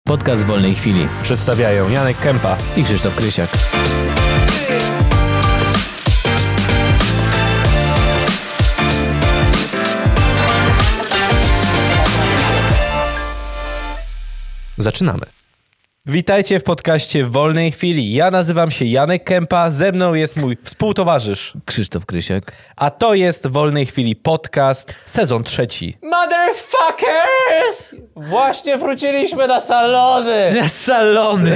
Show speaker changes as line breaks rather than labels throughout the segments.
Podcast w wolnej chwili.
Przedstawiają Janek Kępa
I Krzysztof Krysiak.
Zaczynamy. Witajcie w podcaście w wolnej chwili. Ja nazywam się Janek Kępa, ze mną jest mój współtowarzysz
Krzysztof Krysiak.
A to jest w wolnej chwili podcast, sezon 3.
Motherfuckers!
Właśnie wróciliśmy na salony.
Na salony!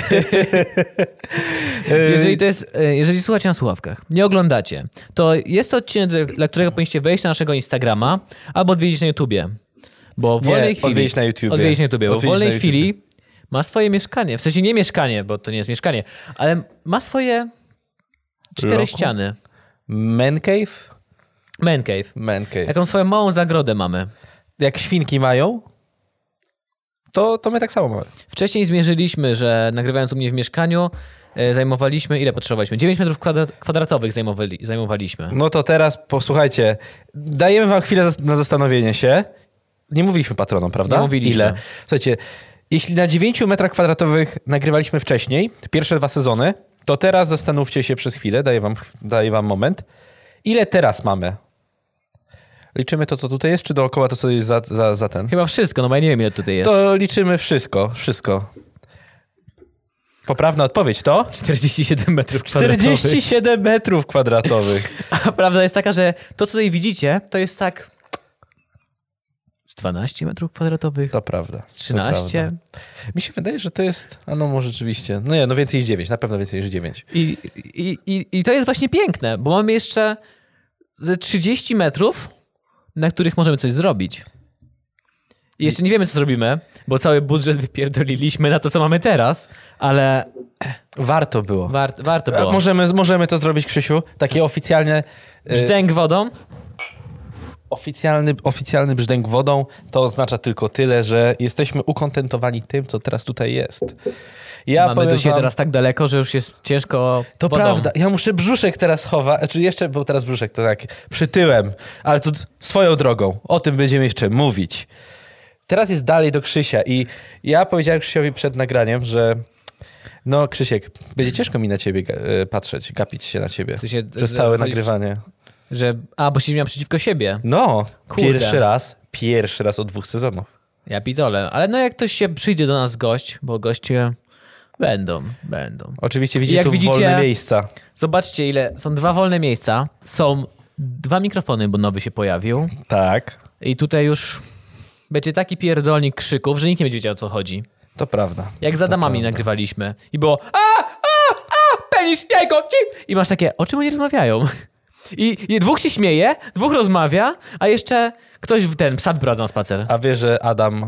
Jeżeli słuchacie na słuchawkach, nie oglądacie, to jest to odcinek, dla którego powinniście wejść na naszego Instagrama albo odwiedzić na YouTubie. Bo w wolnej chwili...
odwiedzić na YouTubie.
Odwiedzić na YouTubie, bo w wolnej chwili ma swoje mieszkanie. W sensie nie mieszkanie, bo to nie jest mieszkanie, ale ma swoje 4 ściany.
Man cave?
Man cave.
Man cave.
Jaką swoją małą zagrodę mamy.
Jak świnki mają, to my tak samo mamy.
Wcześniej zmierzyliśmy, że nagrywając u mnie w mieszkaniu zajmowaliśmy, ile potrzebowaliśmy? 9 metrów kwadratowych zajmowaliśmy.
No to teraz posłuchajcie, dajemy wam chwilę na zastanowienie się. Nie mówiliśmy patronom, prawda?
Nie mówiliśmy.
Ile? Słuchajcie, jeśli na 9 metrach kwadratowych nagrywaliśmy wcześniej, pierwsze 2 sezony, to teraz zastanówcie się przez chwilę, daję wam moment. Ile teraz mamy? Liczymy to, co tutaj jest, czy dookoła to, co jest za ten?
Chyba wszystko, no bo ja nie wiem, ile tutaj jest.
To liczymy wszystko. Poprawna odpowiedź to?
47 metrów kwadratowych.
47 metrów kwadratowych.
A prawda jest taka, że to, co tutaj widzicie, to jest tak z 12 metrów kwadratowych.
To prawda.
Z 13.
Prawda. Mi się wydaje, że to jest... A no może rzeczywiście. No nie, no więcej niż 9. Na pewno więcej niż 9.
I to jest właśnie piękne, bo mamy jeszcze ze 30 metrów, na których możemy coś zrobić. I jeszcze nie wiemy, co zrobimy, bo cały budżet wypierdoliliśmy na to, co mamy teraz, ale...
Warto było.
Warto było.
Możemy to zrobić, Krzysiu? Takie oficjalne...
Brzdęk wodą?
Oficjalny brzdęk wodą to oznacza tylko tyle, że jesteśmy ukontentowani tym, co teraz tutaj jest.
Mamy do siebie teraz tak daleko, że już jest ciężko
To
wodą.
prawda. Ja muszę brzuszek teraz chować. Znaczy jeszcze, bo teraz brzuszek to tak przytyłem, ale to swoją drogą. O tym będziemy jeszcze mówić. Teraz jest dalej do Krzysia i ja powiedziałem Krzysiowi przed nagraniem, że no Krzysiek, będzie ciężko mi na ciebie patrzeć, gapić się na ciebie
W sensie,
przez całe nagrywanie.
Bo się miał przeciwko siebie.
No,
Kurde.
pierwszy raz od 2 sezonów.
Ja pitole. Ale no jak ktoś się przyjdzie do nas gość, bo goście będą.
Oczywiście
Jak
tu
widzicie,
wolne miejsca.
Zobaczcie, ile są 2 wolne miejsca. Są 2 mikrofony, bo nowy się pojawił.
Tak,
I tutaj już będzie taki pierdolnik krzyków, że nikt nie będzie wiedział, o co chodzi.
to prawda.
Jak z Adamami nagrywaliśmy. I było penis, jajko, ci! I masz takie, o czym oni rozmawiają? I 2 się śmieje, 2 rozmawia, a jeszcze ktoś psa wyprowadza na spacer.
A wiesz, że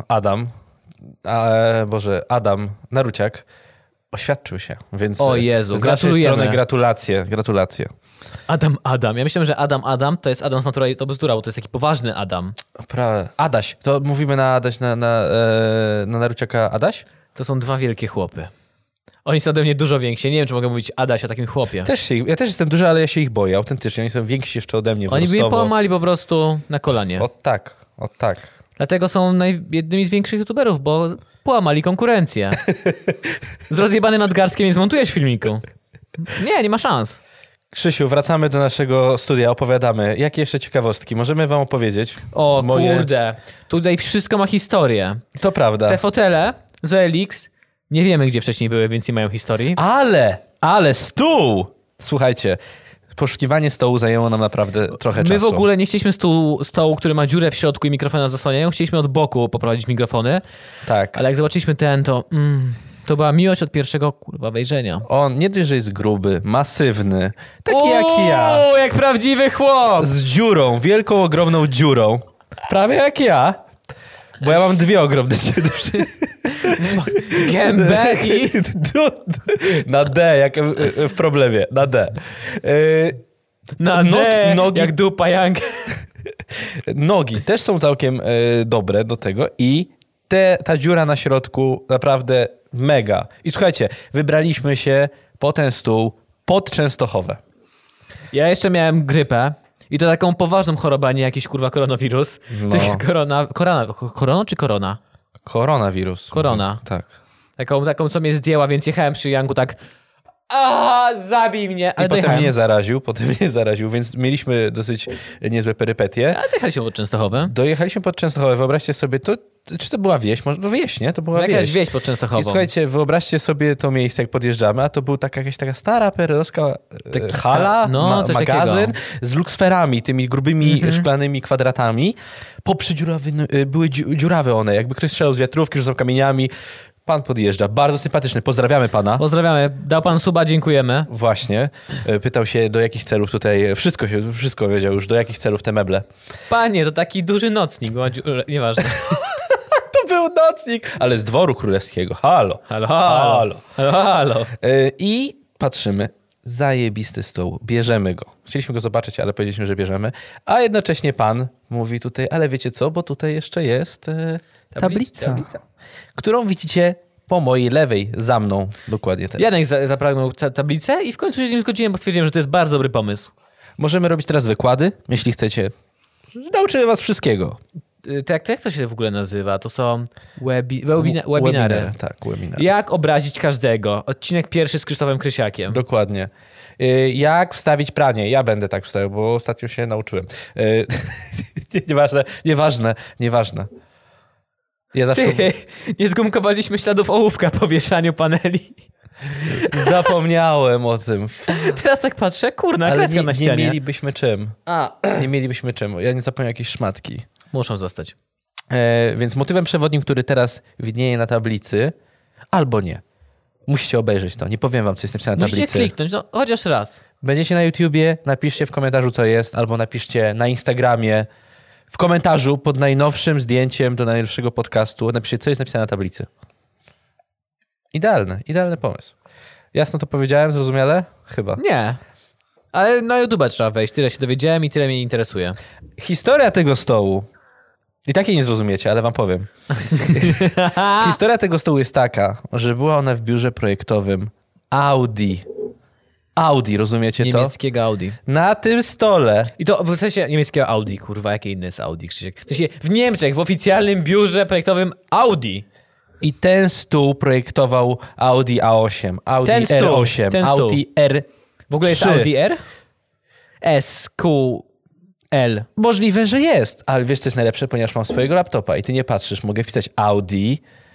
Adam Naruciak oświadczył się, więc
O Jezu,
z naszej
gratulujemy.
strony gratulacje.
Adam. Ja myślałem, że Adam to jest Adam z Natural, to bzdura, bo to jest taki poważny Adam.
Adaś, to mówimy na Adaś, na Naruciaka Adaś?
To są 2 wielkie chłopy. Oni są ode mnie dużo więksi. Nie wiem, czy mogę mówić Adaś o takim chłopie.
Ja też jestem duży, ale ja się ich boję, autentycznie. Oni są więksi jeszcze ode mnie
Oni by je
wzrostowo.
połamali po prostu na kolanie.
O tak.
Dlatego są jednymi z większych youtuberów, bo połamali konkurencję. Z rozjebanym nadgarstkiem nie zmontujesz filmiku. Nie ma szans.
Krzysiu, wracamy do naszego studia, opowiadamy. Jakie jeszcze ciekawostki? Możemy wam opowiedzieć?
O kurde, tutaj wszystko ma historię.
To prawda.
Te fotele z OLX nie wiemy, gdzie wcześniej były, więc nie mają historii.
Ale stół! Słuchajcie, poszukiwanie stołu zajęło nam naprawdę trochę czasu.
My w ogóle nie chcieliśmy stołu, który ma dziurę w środku i mikrofony nas zasłaniają. Chcieliśmy od boku poprowadzić mikrofony.
Tak.
Ale jak zobaczyliśmy to była miłość od pierwszego wejrzenia.
On nie dość, że jest gruby, masywny, taki jak ja.
Jak prawdziwy chłop!
Z dziurą, wielką, ogromną dziurą. Prawie jak ja. Bo ja mam 2 ogromne dziury.
Gębę i...
Na D, jak w problemie. Na D.
Na D,
nogi,
jak dupa Janka.
Nogi też są całkiem dobre do tego i ta dziura na środku naprawdę mega. I słuchajcie, wybraliśmy się po ten stół pod Częstochowę.
Ja jeszcze miałem grypę. I to taką poważną chorobę, a nie jakiś koronawirus.
No.
Korona czy korona?
Koronawirus.
Korona.
Tak.
Taką, co mnie zdjęła, więc jechałem przy Jangu tak zabij mnie, ale
I potem
dojechałem.
mnie zaraził, więc mieliśmy dosyć niezłe perypetie.
Ale dojechaliśmy pod Częstochowę.
Dojechaliśmy pod Częstochowę, wyobraźcie sobie, czy to była wieś? Może to wieś, nie? To była
Jakaś wieś pod Częstochową.
I słuchajcie, wyobraźcie sobie to miejsce, jak podjeżdżamy, a to był jakaś taka stara perelowska hala, magazyn z luksferami, tymi grubymi szklanymi kwadratami. Były dziurawe one, jakby ktoś strzelał z wiatrówki, rzucał kamieniami. Pan podjeżdża, bardzo sympatyczny, pozdrawiamy pana.
Pozdrawiamy, dał pan suba, dziękujemy.
Właśnie, pytał się do jakich celów tutaj, wszystko wiedział już, do jakich celów te meble.
Panie, to taki duży nocnik, nieważne.
To był nocnik, ale z dworu królewskiego, halo. I patrzymy, zajebisty stół, bierzemy go. Chcieliśmy go zobaczyć, ale powiedzieliśmy, że bierzemy. A jednocześnie pan mówi tutaj, ale wiecie co, bo tutaj jeszcze jest tablica. Którą widzicie po mojej lewej, za mną dokładnie teraz.
Janek zapragnął tablicę i w końcu się z nim zgodziłem, bo stwierdziłem, że to jest bardzo dobry pomysł.
Możemy robić teraz wykłady, jeśli chcecie. Nauczymy was wszystkiego.
Jak to się w ogóle nazywa? To są webinary.
Tak, webinary.
Jak obrazić każdego? Odcinek pierwszy z Krzysztofem Krysiakiem.
Dokładnie. Jak wstawić pranie? Ja będę tak wstawiał, bo ostatnio się nauczyłem. Nieważne. Ja zawsze...
Nie zgumkowaliśmy śladów ołówka po wieszaniu paneli.
Zapomniałem o tym.
Teraz tak patrzę, kurna, kredka na ścianie.
Nie mielibyśmy czym. Nie mielibyśmy czym. Ja nie zapomniałem jakieś szmatki.
Muszą zostać.
Więc motywem przewodnim, który teraz widnieje na tablicy, albo nie. Musicie obejrzeć to. Nie powiem wam, co jest napisane na tablicy.
Musicie kliknąć, chociaż raz.
Będziecie na YouTubie, napiszcie w komentarzu, co jest, albo napiszcie na Instagramie, w komentarzu pod najnowszym zdjęciem do najnowszego podcastu, napiszcie, co jest napisane na tablicy. Idealny pomysł. Jasno to powiedziałem, zrozumiale? Chyba.
Nie. Ale na YouTube trzeba wejść. Tyle się dowiedziałem i tyle mnie interesuje.
Historia tego stołu. I takiej nie zrozumiecie, ale wam powiem. Historia tego stołu jest taka, że była ona w biurze projektowym Audi, rozumiecie to?
Niemieckiego Audi.
Na tym stole.
I to w sensie niemieckiego Audi, kurwa, jakie inne jest Audi, Krzysiek? W sensie w Niemczech, w oficjalnym biurze projektowym Audi.
I ten stół projektował Audi A8, Audi R8, Audi R3.
W ogóle jest Audi R? SQL.
Możliwe, że jest, ale wiesz, co jest najlepsze? Ponieważ mam swojego laptopa i ty nie patrzysz, mogę wpisać Audi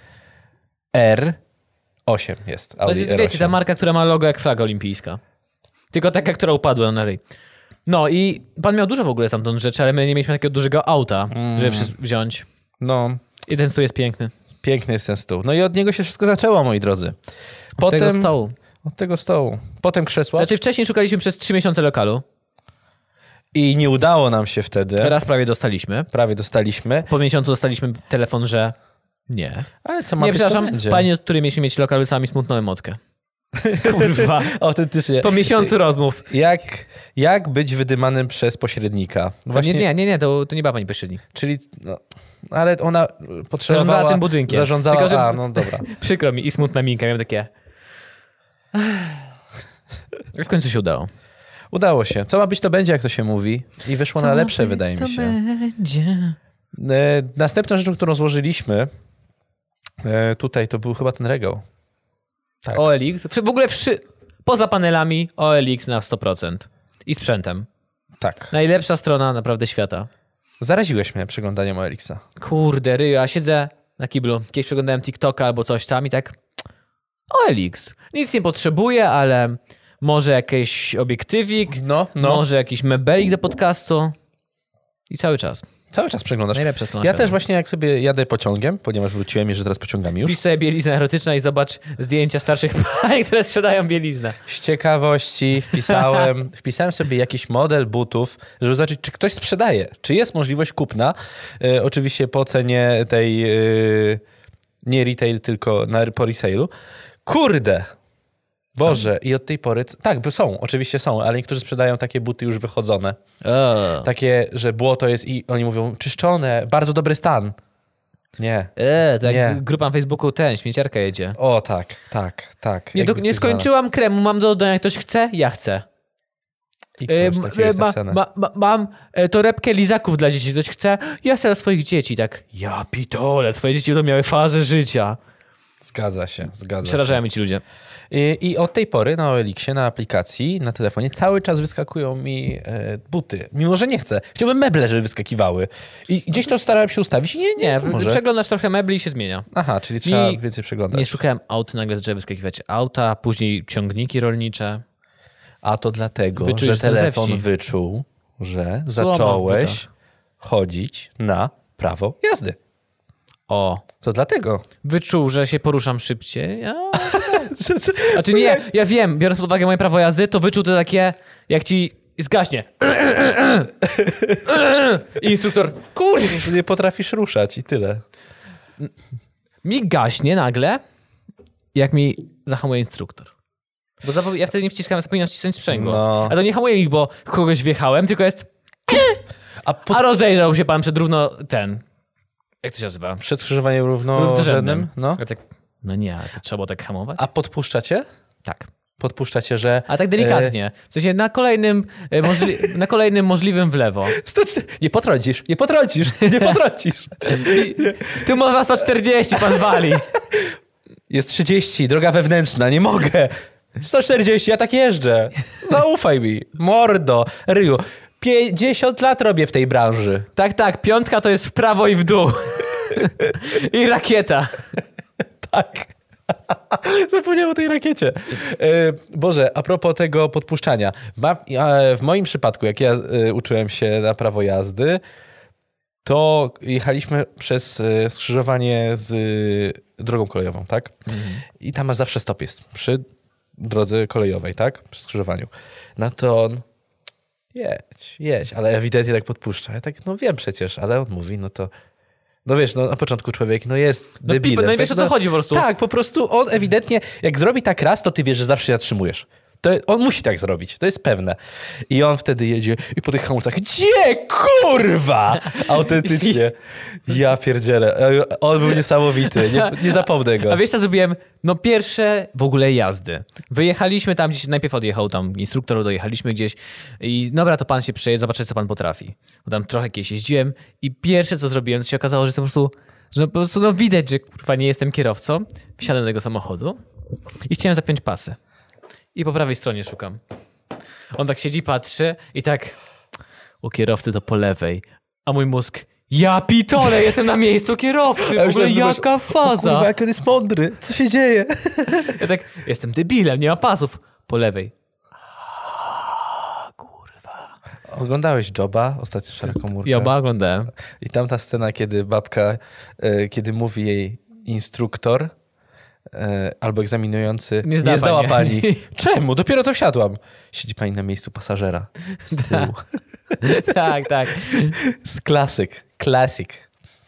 R8 jest. Audi R8.
Wiecie, ta marka, która ma logo jak flaga olimpijska. Tylko taka, która upadła na ryj. No i pan miał dużo w ogóle stamtąd rzeczy, ale my nie mieliśmy takiego dużego auta, żeby wziąć.
No.
I ten stół jest piękny.
Piękny jest ten stół. No i od niego się wszystko zaczęło, moi drodzy. Od tego stołu. Potem krzesła.
Znaczy wcześniej szukaliśmy przez 3 miesiące lokalu.
I nie udało nam się wtedy.
Teraz prawie dostaliśmy.
Po
miesiącu dostaliśmy telefon, że nie.
Ale co ma być,
przepraszam, pani, od której mieliśmy mieć lokal, wysłała mi smutną emotkę. Kurwa.
Autentycznie.
Po miesiącu rozmów.
Jak być wydymanym przez pośrednika?
Właśnie... Nie, to nie była pani pośrednik.
Czyli, ale ona potrzebowała...
Zarządzała tym budynkiem.
Zarządzała,
tylko, że...
no dobra.
Przykro mi i smutna minka, miałem takie... W końcu się udało.
Udało się. Co ma być, to będzie, jak to się mówi. I wyszło na lepsze, wydaje mi się.
Będzie.
Następną rzeczą, którą złożyliśmy tutaj, to był chyba ten regał.
Tak. OLX. W ogóle poza panelami OLX na 100%. I sprzętem.
Tak.
Najlepsza strona naprawdę świata.
Zaraziłeś mnie przeglądaniem OLX-a.
Kurde, ryju, ja siedzę na kiblu. Kiedyś przeglądałem TikToka albo coś tam i tak... OLX. Nic nie potrzebuję, ale może jakiś obiektywik, może jakiś mebelik do podcastu i cały czas.
Cały czas przeglądasz.
Najlepsza strona
Ja
świata.
też właśnie jak sobie jadę pociągiem, ponieważ wróciłem i że teraz pociągam już.
Pisz sobie bielizna erotyczna i zobacz zdjęcia starszych pań, które sprzedają bieliznę.
Z ciekawości wpisałem sobie jakiś model butów, żeby zobaczyć, czy ktoś sprzedaje. Czy jest możliwość kupna. Oczywiście po cenie tej nie retail, tylko po resale'u. Kurde! Boże, i od tej pory... Tak, oczywiście są, ale niektórzy sprzedają takie buty już wychodzone. Takie, że błoto jest i oni mówią, czyszczone, bardzo dobry stan. Nie.
Tak jak grupa na Facebooku śmieciarka jedzie.
O, tak.
Nie skończyłam kremu, mam do dodania, ktoś chce? Ja chcę.
I to już takie jest napisane.
Mam torebkę lizaków dla dzieci, ktoś chce? Ja chcę dla swoich dzieci, tak. Ja pitole, twoje dzieci będą miały fazę życia.
Zgadza się.
Przerażają mi ci ludzie.
I od tej pory na OLX-ie, na aplikacji, na telefonie cały czas wyskakują mi buty. Mimo, że nie chcę. Chciałbym meble, żeby wyskakiwały. I gdzieś to starałem się ustawić i nie może.
Przeglądasz trochę mebli i się zmienia.
Aha, czyli trzeba więcej przeglądać.
Nie szukałem aut, nagle zaczęły wyskakiwać auta, później ciągniki rolnicze.
A to dlatego,
Wyczujesz,
że telefon wyczuł, że zacząłeś chodzić na prawo jazdy.
O.
To dlatego.
Wyczuł, że się poruszam szybciej. Znaczy nie, ja wiem, biorąc pod uwagę moje prawo jazdy, to wyczuł to takie, jak ci zgaśnie. I instruktor, kurde.
Nie potrafisz ruszać i tyle.
Mi gaśnie nagle, jak mi zahamuje instruktor. Bo ja wtedy nie wciskam, zapominam wcisnąć sprzęgło.
No.
A to nie hamuje mi, bo kogoś wjechałem, tylko jest... A rozejrzał się pan przed jak to się nazywa?
Przed skrzyżowaniem równorzędnym? No.
Ja tak, no nie, to trzeba było tak hamować?
A podpuszczacie?
Tak.
Podpuszczacie, że...
A tak delikatnie. W sensie na kolejnym możliwym w lewo.
Nie potrącisz.
Tu można 140, pan wali.
Jest 30, droga wewnętrzna, nie mogę. 140, ja tak jeżdżę. Zaufaj mi. Mordo, ryju. 50 lat robię w tej branży.
Tak, 5 to jest w prawo i w dół. I rakieta.
Tak. Zapomniałem o tej rakiecie. Boże, a propos tego podpuszczania. W moim przypadku, jak ja uczyłem się na prawo jazdy, to jechaliśmy przez skrzyżowanie z drogą kolejową, tak? I tam masz zawsze stop jest przy drodze kolejowej, tak? Przy skrzyżowaniu. No to on jedź, ale ewidentnie tak podpuszcza. Ja tak, no wiem przecież, ale on mówi, no to... No wiesz, no na początku człowiek, jest debilem.
No i wiesz, o co chodzi po prostu.
Tak, po prostu on ewidentnie, jak zrobi tak raz, to ty wiesz, że zawsze się zatrzymujesz. On musi tak zrobić, to jest pewne. I on wtedy jedzie i po tych hamulcach, gdzie kurwa? Autentycznie. Ja pierdzielę. On był niesamowity, nie zapomnę go.
A wiesz co zrobiłem? No pierwsze w ogóle jazdy. Wyjechaliśmy tam gdzieś, najpierw odjechał tam instruktor, dojechaliśmy gdzieś i dobra, to pan się przejedzie, zobaczyć co pan potrafi. Bo tam trochę kiedyś jeździłem i pierwsze co zrobiłem, to się okazało, że po prostu widać, że kurwa nie jestem kierowcą. Wsiadłem do tego samochodu i chciałem zapiąć pasy. I po prawej stronie szukam. On tak siedzi, patrzy i tak u kierowcy to po lewej. A mój mózg, ja pitole, jestem na miejscu kierowcy. W ogóle jaka faza.
Kurwa, jak on jest mądry. Co się dzieje?
Ja tak, jestem debilem, nie ma pasów. Po lewej. Kurwa.
Oglądałeś Joba, ostatnio Szara komórka?
Joba oglądałem.
I tam ta scena, kiedy babka, kiedy mówi jej instruktor, albo egzaminujący, nie zdała pani. Czemu? Dopiero to wsiadłam. Siedzi pani na miejscu pasażera. Z tyłu.
Tak.
Klasyk.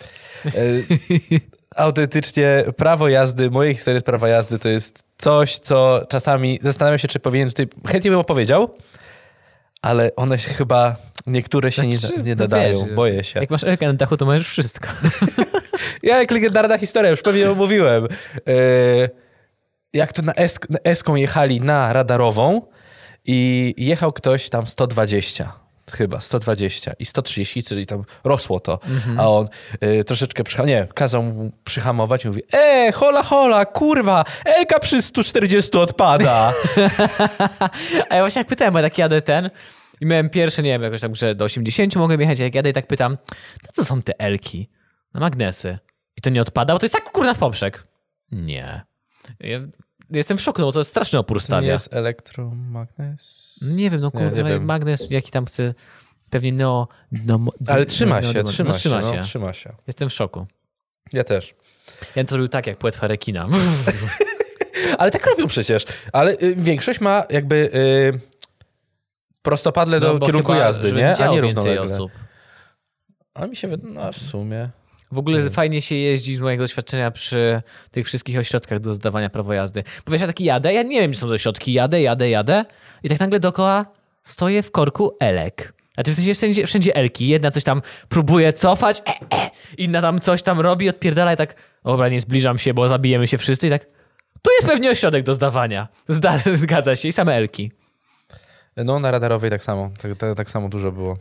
Autentycznie prawo jazdy, moje historie z prawa jazdy to jest coś, co czasami zastanawiam się, czy powinien tutaj, chętnie bym opowiedział, ale one się chyba, niektóre się nie nadają, wiesz, boję się.
Jak masz Elkę na dachu, to możesz wszystko.
Ja jak legendarna historia, już pewnie omówiłem. Jak to na Eską jechali na radarową i jechał ktoś tam 120 chyba, 120 i 130, czyli tam rosło to, a on troszeczkę kazał mu przyhamować i mówi, hola, kurwa, Elka przy 140 odpada.
A ja właśnie jak pytałem, bo ja tak jadę i miałem pierwsze, nie wiem, jakoś tam, że do 80 mogłem jechać, jak jadę i tak pytam, to co są te Elki? Na magnesy. I to nie odpada, bo to jest tak kurna w poprzek. Nie. Ja jestem w szoku, no bo to jest straszny opór stawia.
To nie jest elektromagnes?
Nie wiem, no kurde, magnes, jaki tam chce, pewnie
ale trzyma się.
Jestem w szoku.
Ja też.
Ja bym to zrobił tak, jak płetwa rekina.
Ale tak robią przecież. Ale większość ma jakby prostopadle do kierunku jazdy, nie? A nie równolegle. Osób. A mi się wydaje, w sumie...
W ogóle fajnie się jeździ z mojego doświadczenia przy tych wszystkich ośrodkach do zdawania prawa jazdy. Bo wiesz, ja taki jadę, ja nie wiem, gdzie są te ośrodki, jadę i tak nagle dookoła stoję w korku Elek. Znaczy w sensie wszędzie Elki. Jedna coś tam próbuje cofać, inna tam coś tam robi, odpierdala i tak, dobra, nie zbliżam się, bo zabijemy się wszyscy i tak, tu jest pewnie ośrodek do zdawania. Zgadza się i same Elki.
No na radarowej tak samo. Tak samo dużo było.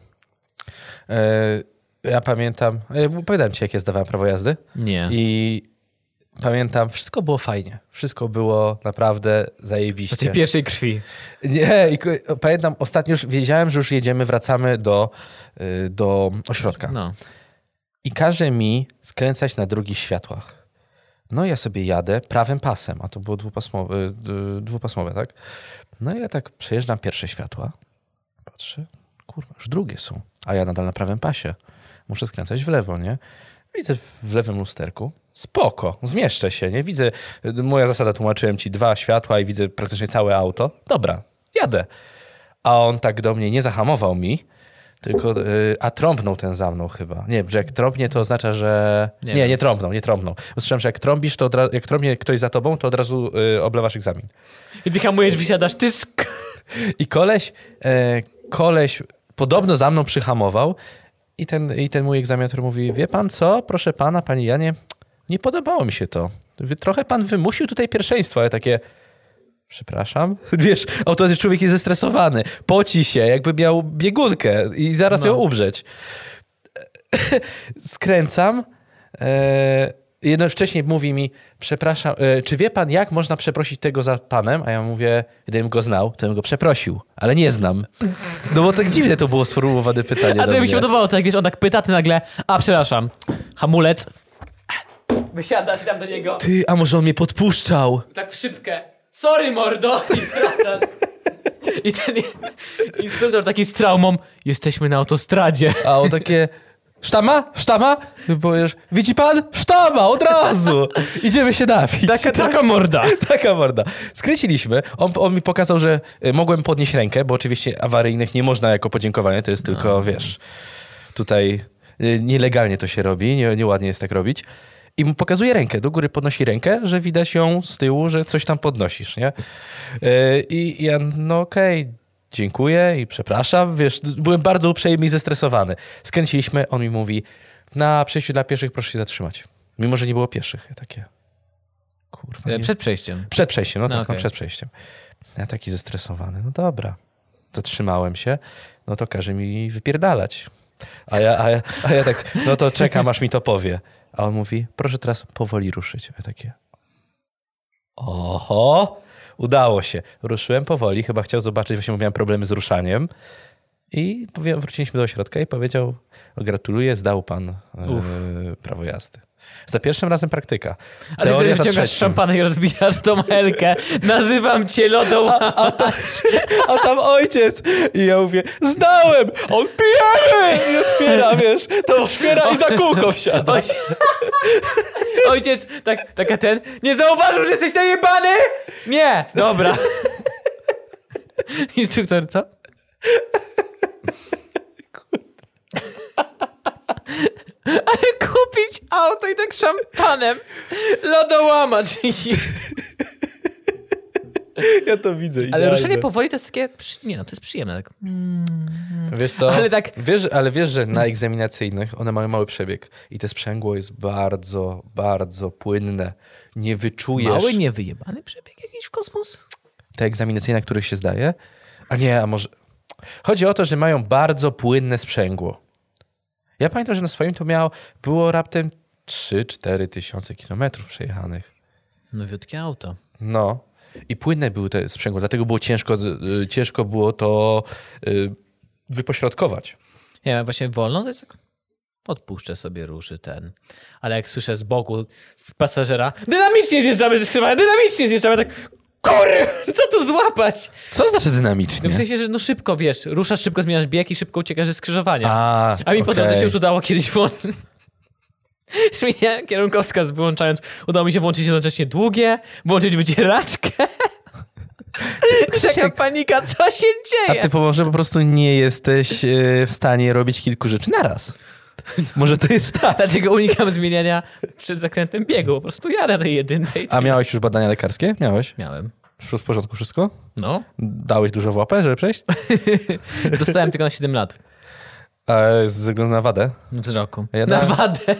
Ja pamiętam, opowiadałem ci, jak ja zdawałem prawo jazdy.
Nie.
I pamiętam, wszystko było fajnie. Wszystko było naprawdę
Do
zajebiście.
tej pierwszej krwi.
Nie, pamiętam, ostatnio już wiedziałem, że już jedziemy, wracamy do ośrodka.
No.
I każe mi skręcać na drugich światłach. No ja sobie jadę prawym pasem, a to było dwupasmowe, tak? No i ja tak przejeżdżam pierwsze światła, patrzę, kurwa, już drugie są, a ja nadal na prawym pasie. Muszę skręcać w lewo, nie? Widzę w lewym lusterku, spoko, zmieszczę się, nie? Widzę, moja zasada, tłumaczyłem ci 2 światła i widzę praktycznie całe auto. Dobra, jadę. A on tak do mnie nie zahamował mi, tylko, a trąbnął ten za mną chyba. Nie, że jak trąbnie, to oznacza, że... Nie trąbnął. Usłyszałem, że jak trąbisz, to jak trąbnie ktoś za tobą, to od razu oblewasz egzamin.
I ty hamujesz, wysiadasz,
I koleś podobno za mną przyhamował i ten mój egzaminator mówi, wie pan co, proszę pana, panie Janie, nie podobało mi się to. Trochę pan wymusił tutaj pierwszeństwo, ale takie... Przepraszam? Wiesz, automatycznie człowiek jest zestresowany, poci się, jakby miał biegunkę i zaraz miał umrzeć. Skręcam. Wcześniej mówi mi, przepraszam, czy wie pan, jak można przeprosić tego za panem? A ja mówię, gdybym go znał, to bym go przeprosił, ale nie znam. No bo tak dziwnie to było sformułowane pytanie.
A to mi się podobało, tak wiesz, on tak pyta, ty nagle, przepraszam, hamulec. Wysiadasz tam do niego.
Ty, a może on mnie podpuszczał?
Tak w szybkę. Sorry, mordo! I wracasz. I ten instruktor taki z traumą, jesteśmy na autostradzie.
A on takie, sztama? Powiesz, widzi pan? Sztama, od razu. Idziemy się napić.
Taka morda.
Taka morda. Skręciliśmy. On mi pokazał, że mogłem podnieść rękę, bo oczywiście awaryjnych nie można jako podziękowanie, to jest tylko, wiesz, tutaj nielegalnie to się robi, nieładnie jest tak robić. I mu pokazuje rękę, do góry podnosi rękę, że widać ją z tyłu, że coś tam podnosisz, nie? I ja, no okej, dziękuję i przepraszam, wiesz, byłem bardzo uprzejmy i zestresowany. Skręciliśmy, on mi mówi, na przejściu dla pieszych proszę się zatrzymać. Mimo, że nie było pieszych. Ja takie, kurwa. Nie?
Przed przejściem.
Przed przejściem, no tak,
okay.
Przed przejściem. Ja taki zestresowany, no dobra. Zatrzymałem się, no to każe mi wypierdalać. A ja tak, no to czekam, aż mi to powie. A on mówi, proszę teraz powoli ruszyć. A ja takie, oho, udało się. Ruszyłem powoli, chyba chciał zobaczyć, właśnie miałem problemy z ruszaniem. I wróciliśmy do ośrodka i powiedział, gratuluję, zdał pan prawo jazdy. Za pierwszym razem praktyka.
A ty wtedy wciągasz szampana i rozbijasz tą helkę. Nazywam cię lodołamacz.
A tam ojciec. I ja mówię, znałem! On pijemy! I otwiera, wiesz, to otwiera i za kółko wsiada.
Ojciec, taka ten, nie zauważył, że jesteś najebany? Nie, dobra. Instruktor, co? Ale kupić auto i tak szampanem. Lodołamacz.
Ja to widzę.
Ale
idealnie.
ruszenie powoli to jest takie, nie no, to jest przyjemne. Tak.
Wiesz co?
Ale tak...
Ale wiesz, że na egzaminacyjnych one mają mały przebieg i te sprzęgło jest bardzo, bardzo płynne. Nie wyczujesz...
Mały, niewyjebany przebieg jakiś w kosmos?
Te egzaminacyjne, których się zdaje? A może... Chodzi o to, że mają bardzo płynne sprzęgło. Ja pamiętam, że na swoim to było raptem 3-4 tysiące kilometrów przejechanych.
Nowiutkie auto.
No. I płynne były te sprzęgło, dlatego było ciężko było to wypośrodkować.
Ja właśnie wolno, to jest tak... Odpuszczę sobie, ruszy ten. Ale jak słyszę z boku, z pasażera, dynamicznie zjeżdżamy ze skrzyżowania, tak... Kurwa, co tu złapać?
Co znaczy dynamicznie?
W sensie, że no szybko, wiesz, ruszasz szybko, zmieniasz bieg i szybko uciekasz ze skrzyżowania. A mi
okay.
po drodze się już udało kiedyś zmieniałem kierunkowskaz wyłączając. Udało mi się włączyć jednocześnie długie, włączyć wycieraczkę. Taka panika, co się dzieje?
A ty może po prostu nie jesteś w stanie robić kilku rzeczy naraz. Może to jest tak.
Dlatego unikam zmieniania przed zakrętem biegu. Po prostu jadę na jedynce.
A miałeś już badania lekarskie? Miałeś?
Miałem.
W porządku wszystko?
No.
Dałeś dużo w łapę, żeby przejść?
Dostałem tylko na 7 lat.
A ze względu na wadę?
Wzroku.
Ja
na wadę.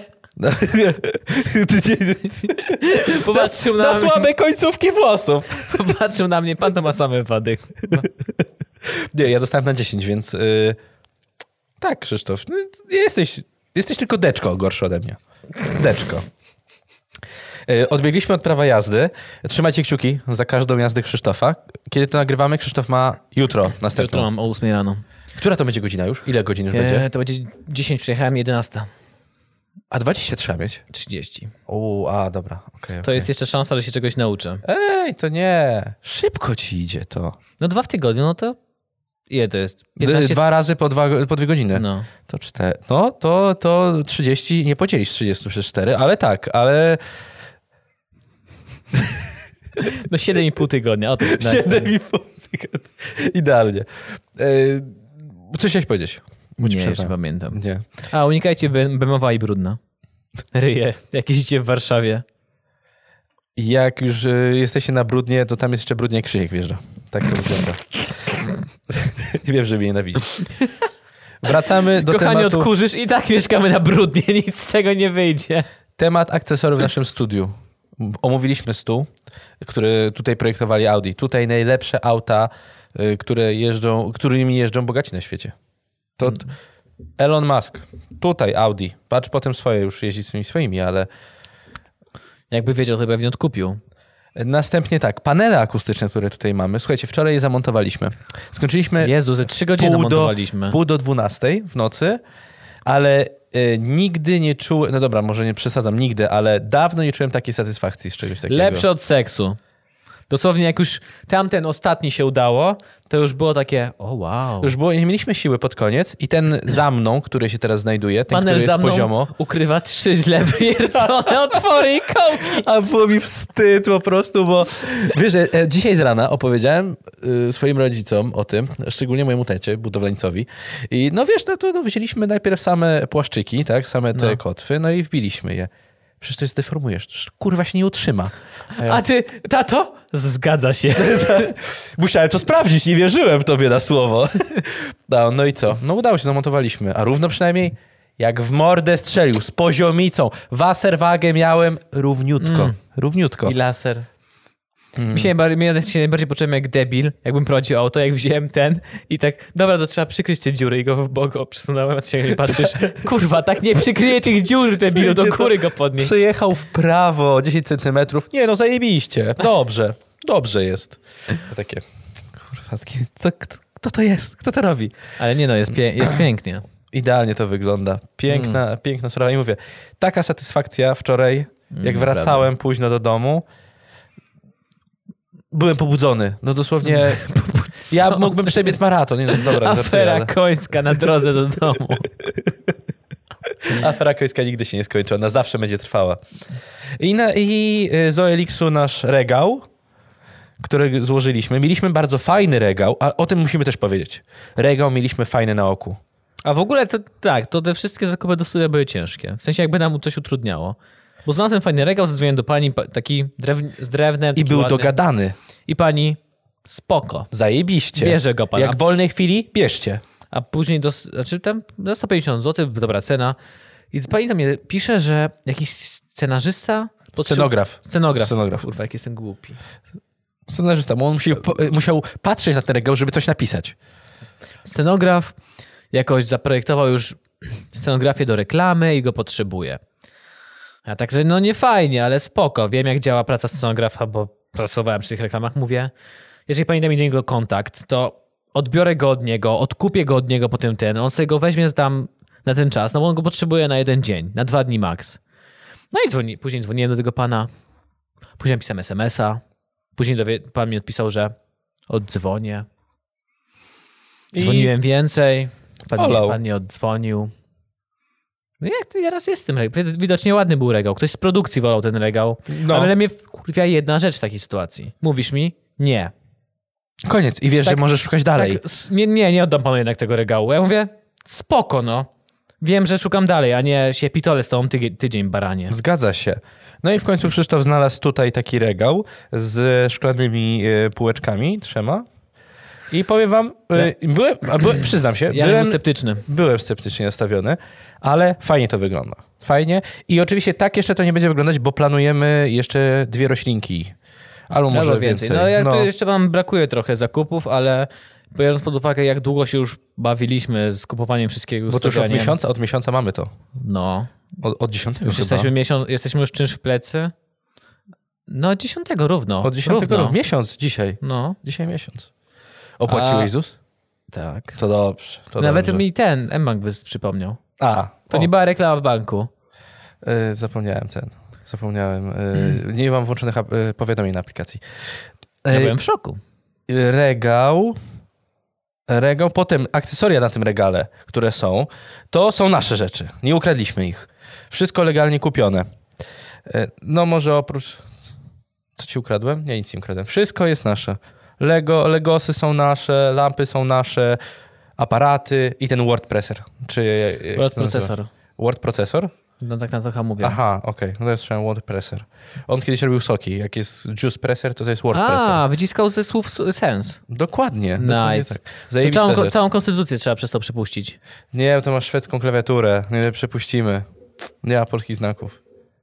Popatrzył na mnie.
słabe końcówki włosów.
Popatrzył na mnie, pan to ma same wady.
Nie, ja dostałem na 10, więc tak, Krzysztof, jesteś tylko deczko gorszy ode mnie. Deczko. Odbiegliśmy od prawa jazdy. Trzymajcie kciuki za każdą jazdę Krzysztofa. Kiedy to nagrywamy, Krzysztof ma jutro następną.
Jutro mam o 8 rano.
Która to będzie godzina już? Ile godzin już będzie?
To będzie 10, przyjechałem 11.
A 20 trzeba mieć?
30.
Dobra. Okay,
to jest jeszcze szansa, że się czegoś nauczę.
Ej, to nie. Szybko ci idzie to.
No 2 w tygodniu, no to ile to jest? 15...
2 razy po 2 godziny.
No.
To 4. No, to 30, nie podzielisz 30 przez 4, ale tak, ale...
No 7,5 tygodnia. O, to jest
7,5 tygodnia. Idealnie. Co chciałeś powiedzieć?
Nie, już nie pamiętam.
Nie.
A, unikajcie bemowa i brudna. Ryje, jak jeździcie w Warszawie.
Jak już jesteście na Brudnie, to tam jest jeszcze brudnie, jak Krzysiek wjeżdża. Tak to wygląda. Wiem, że mnie nienawidzi. Wracamy do
Kochanie,
tematu...
odkurzysz i tak mieszkamy na Brudnie, nic z tego nie wyjdzie.
Temat akcesoriów w naszym studiu. Omówiliśmy stół, który tutaj projektowali Audi. Tutaj najlepsze auta, którymi jeżdżą bogaci na świecie. To Elon Musk. Tutaj Audi. Patrz potem swoje, już jeździ z tymi swoimi, ale...
Jakby wiedział, to pewnie odkupił.
Następnie tak, panele akustyczne, które tutaj mamy. Słuchajcie, wczoraj je zamontowaliśmy. Skończyliśmy...
Jezu, ze 3 godziny zamontowaliśmy.
Pół do 12 w nocy, ale nigdy nie czułem... No dobra, może nie przesadzam, nigdy, ale dawno nie czułem takiej satysfakcji z czegoś takiego.
Lepsze od seksu. Dosłownie jak już tamten ostatni się udało, to już było takie, o wow.
Już było, nie mieliśmy siły pod koniec i ten za mną, który się teraz znajduje, ten,
Panel
który
za
jest
mną
poziomo...
ukrywa 3 źle wiercone otwory i kołki.
A było mi wstyd po prostu, bo wiesz, że dzisiaj z rana opowiedziałem swoim rodzicom o tym, szczególnie mojemu tecie, budowlańcowi. I no wiesz, no wzięliśmy najpierw same płaszczyki, tak, same te kotwy, no i wbiliśmy je. Przecież to jest deformujesz, to kurwa się nie utrzyma.
A ty, tato? Zgadza się.
Musiałem to sprawdzić, nie wierzyłem tobie na słowo. No i co? No udało się, zamontowaliśmy. A równo przynajmniej jak w mordę strzelił, z poziomicą. Wasserwagę miałem równiutko. Równiutko.
I laser. Ja się najbardziej poczułem jak debil, jakbym prowadził auto, jak wziąłem ten i tak, dobra, to trzeba przykryć te dziury i go w bok przesunąłem, a ty się nie patrzysz, kurwa, tak nie przykryje tych dziur, debilu, do góry go podnieść.
Przejechał w prawo 10 centymetrów. Nie no, zajebiście. Dobrze jest. Takie, kurwa, kto to jest? Kto to robi?
Ale nie no, jest pięknie.
Idealnie to wygląda. Piękna sprawa. I mówię, taka satysfakcja wczoraj, jak wracałem późno do domu, byłem pobudzony. No dosłownie, ja mógłbym przebiec maraton. Nie, no, dobra,
Afera końska na drodze do domu.
Afera końska nigdy się nie skończy, ona zawsze będzie trwała. I z OLX-u nasz regał, który złożyliśmy. Mieliśmy bardzo fajny regał, a o tym musimy też powiedzieć. Regał mieliśmy fajny na oku.
A w ogóle to tak, to te wszystkie zakupy do studia były ciężkie. W sensie jakby nam coś utrudniało. Bo znalazłem fajny regał, zadzwoniłem do pani, taki z drewnem.
I był
ładny.
dogadany.
I pani, spoko.
Zajebiście.
Bierze go pan.
Jak w wolnej chwili, bierzcie.
A później, tam za 150 zł, dobra cena. I pani tam mnie pisze, że jakiś scenarzysta... Scenograf. Kurwa, jak jestem głupi.
Scenarzysta, bo on musiał patrzeć na ten regał, żeby coś napisać.
Scenograf jakoś zaprojektował już scenografię do reklamy i go potrzebuje. A także no nie fajnie, ale spoko. Wiem, jak działa praca scenografa, bo pracowałem przy tych reklamach. Mówię, jeżeli pani da mi do niego kontakt, to odbiorę go od niego, odkupię go od niego potem on sobie go weźmie tam na ten czas, no bo on go potrzebuje na 1 dzień, na 2 dni max. No i później dzwoniłem do tego pana, później napisałem SMS-a, później pan mi odpisał, że oddzwonię. Dzwoniłem więcej, pan nie oddzwonił. No jak to teraz jest z tym regał? Widocznie ładny był regał. Ktoś z produkcji wolał ten regał. No. Ale mnie wkurwia jedna rzecz w takiej sytuacji. Mówisz mi? Nie.
Koniec. I wiesz, że możesz szukać dalej.
Tak, nie oddam panu jednak tego regału. Ja mówię, spoko no. Wiem, że szukam dalej, a nie się pitole z tą tydzień, baranie.
Zgadza się. No i w końcu Krzysztof znalazł tutaj taki regał z szklanymi półeczkami, 3. I powiem wam, przyznam się,
byłem sceptyczny.
Byłem sceptycznie nastawiony, ale fajnie to wygląda. Fajnie. I oczywiście tak jeszcze to nie będzie wyglądać, bo planujemy jeszcze 2 roślinki. Albo może więcej.
Tu jeszcze wam brakuje trochę zakupów, ale biorąc pod uwagę, jak długo się już bawiliśmy z kupowaniem wszystkiego.
Bo to już od miesiąca mamy to.
No.
Od 10
już jesteśmy już czynsz w plecy. No 10 równo.
Od 10
równo.
roku. Miesiąc dzisiaj.
No,
Dzisiaj miesiąc. Opłaciłeś ZUS?
tak.
To dobrze. To
Nawet
dobrze.
mi ten mBank przypomniał.
A,
To nie była reklama banku.
Zapomniałem. Nie mam włączonych powiadomień na aplikacji.
Ja byłem w szoku.
Regał, potem akcesoria na tym regale, które są, to są nasze rzeczy. Nie ukradliśmy ich. Wszystko legalnie kupione. No może oprócz... Co ci ukradłem? Ja nic nie ukradłem. Wszystko jest nasze. Legosy są nasze, lampy są nasze, aparaty i ten word processor.
Word procesor.
Word processor?
No tak na to chyba mówię.
Aha, okej. No to jest word processor. On kiedyś robił soki. Jak jest juice presser, to jest word processor.
A, wyciskał ze słów sens.
Dokładnie.
Nice.
Tak. Zajebista rzecz.
Całą konstytucję trzeba przez to przepuścić.
Nie, to masz szwedzką klawiaturę. Nie przepuścimy. Nie ma polskich znaków.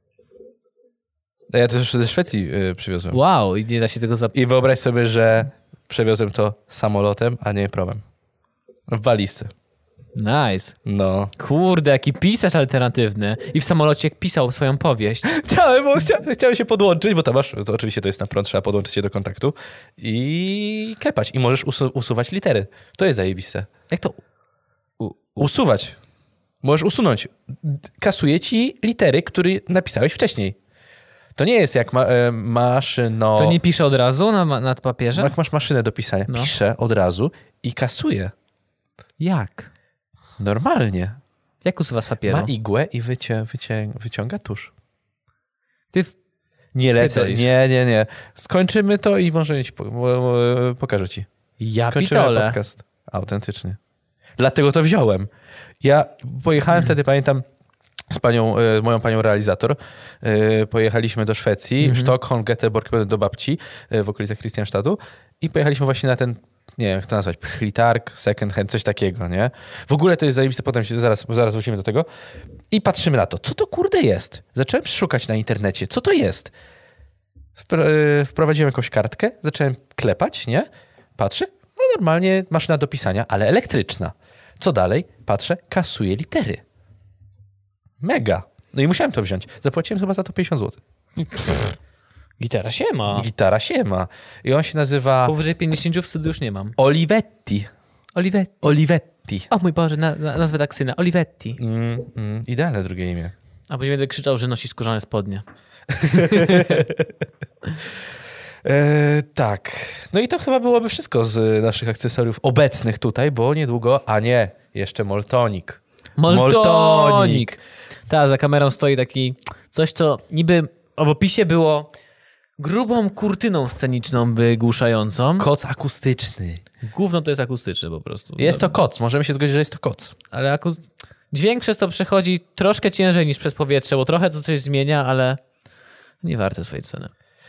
Ja to już ze Szwecji przywiozłem.
Wow, i nie da się tego
I wyobraź sobie, że przewiozłem to samolotem, a nie promem. W walizce.
Nice.
No.
Kurde, jaki pisarz alternatywny. I w samolocie jak pisał swoją powieść.
Chciałem się podłączyć, bo to masz, to oczywiście to jest na prąd, trzeba podłączyć się do kontaktu i klepać. I możesz usuwać litery. To jest zajebiste.
Jak to?
Usuwać. Możesz usunąć. Kasuje ci litery, które napisałeś wcześniej. To nie jest jak maszyno...
To nie pisze od razu nad papierze?
Jak masz maszynę do pisania,
No.
pisze od razu i kasuje.
Jak?
Normalnie.
Jak usuwa z papieru?
Ma igłę i wyciąga tusz.
Ty
Nie lecę.
Pytolisz.
Nie. Skończymy to i może ci pokażę ci.
Ja
Skończymy
pitole.
podcast. Autentycznie. Dlatego to wziąłem. Ja pojechałem wtedy, pamiętam, z moją panią realizator. Pojechaliśmy do Szwecji, Sztokholm, Göteborg, do babci w okolicach Christianstadu i pojechaliśmy właśnie na ten, nie wiem jak to nazwać, pchlitarg, second hand, coś takiego, nie? W ogóle to jest zajebiste, potem zaraz wrócimy do tego. I patrzymy na to. Co to kurde jest? Zacząłem szukać na internecie. Co to jest? Wprowadziłem jakąś kartkę, zacząłem klepać, nie? Patrzę, no normalnie maszyna do pisania, ale elektryczna. Co dalej? Patrzę, kasuje litery. Mega. No i musiałem to wziąć. Zapłaciłem chyba za to 50 zł.
Gitara się ma.
Gitara się ma. I on się nazywa
Powyżej 50 w studiu już nie mam.
Olivetti.
Olivetti. O mój Boże, nazwę tak syna. Olivetti.
Idealne drugie imię.
A później będę krzyczał, że nosi skórzane spodnie.
Tak. No i to chyba byłoby wszystko z naszych akcesoriów obecnych tutaj, bo niedługo, a nie, jeszcze Moltonik.
Moltonik. Ta, za kamerą stoi taki coś, co niby w opisie było grubą kurtyną sceniczną wygłuszającą.
Koc akustyczny.
Gówno to jest akustyczne po prostu.
Jest to koc. Możemy się zgodzić, że jest to koc.
Ale dźwięk przez to przechodzi troszkę ciężej niż przez powietrze, bo trochę to coś zmienia, ale nie warte swojej ceny.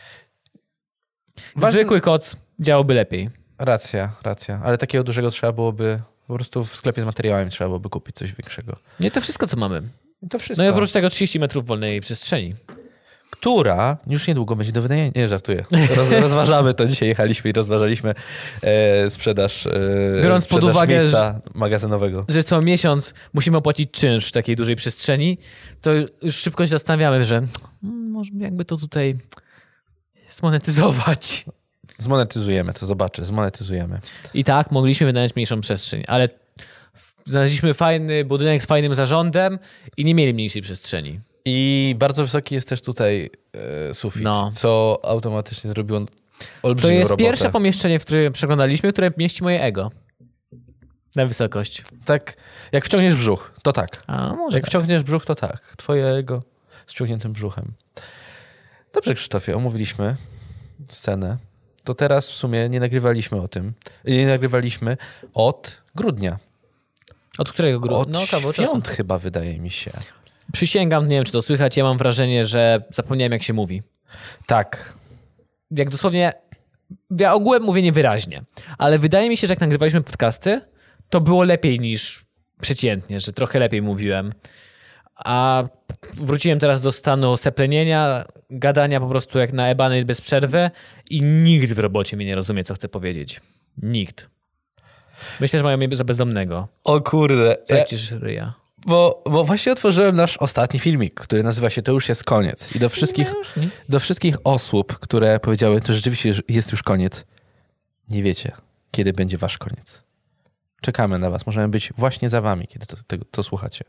Zwykły koc działałby lepiej.
Racja. Ale takiego dużego trzeba byłoby, po prostu w sklepie z materiałami trzeba byłoby kupić coś większego.
Nie, to wszystko, co mamy.
I to wszystko.
No i oprócz tego 30 metrów wolnej przestrzeni.
Która już niedługo będzie do wynajęcia. Nie, żartuję. Rozważamy to. Dzisiaj jechaliśmy i rozważaliśmy sprzedaż,
Biorąc pod uwagę,
miejsca magazynowego.
Że co miesiąc musimy opłacić czynsz w takiej dużej przestrzeni, to już szybko się zastanawiamy, że może jakby to tutaj zmonetyzować.
Zmonetyzujemy, to zobaczę. Zmonetyzujemy.
I tak, mogliśmy wynająć mniejszą przestrzeń, ale znaleźliśmy fajny budynek z fajnym zarządem i nie mieli mniejszej przestrzeni.
I bardzo wysoki jest też tutaj sufit, co automatycznie zrobiło olbrzymią
To jest
robotę.
pierwsze pomieszczenie, w którym przeglądaliśmy, które mieści moje ego. Na wysokość.
Tak, jak wciągniesz brzuch, to tak.
A, może
Jak
tak.
wciągniesz brzuch, to tak. Twojego z wciągniętym brzuchem. Dobrze, Krzysztofie, omówiliśmy scenę. To teraz w sumie nie nagrywaliśmy o tym. Nie nagrywaliśmy od grudnia.
Od którego grudnia?
Od
No, kawał czasu.
świąt chyba, wydaje mi się.
Przysięgam, nie wiem, czy to słychać, ja mam wrażenie, że zapomniałem, jak się mówi.
Tak.
Jak dosłownie, ja ogółem mówię niewyraźnie, ale wydaje mi się, że jak nagrywaliśmy podcasty, to było lepiej niż przeciętnie, że trochę lepiej mówiłem. A wróciłem teraz do stanu seplenienia, gadania po prostu jak na ebany bez przerwy i nikt w robocie mnie nie rozumie, co chcę powiedzieć. Nikt. Myślę, że mają mnie za bezdomnego.
O kurde.
Co jak ci ryja?
Bo właśnie otworzyłem nasz ostatni filmik, który nazywa się To już jest koniec. I do wszystkich osób, które powiedziały, to rzeczywiście jest już koniec, nie wiecie, kiedy będzie wasz koniec. Czekamy na was. Możemy być właśnie za wami, kiedy to słuchacie.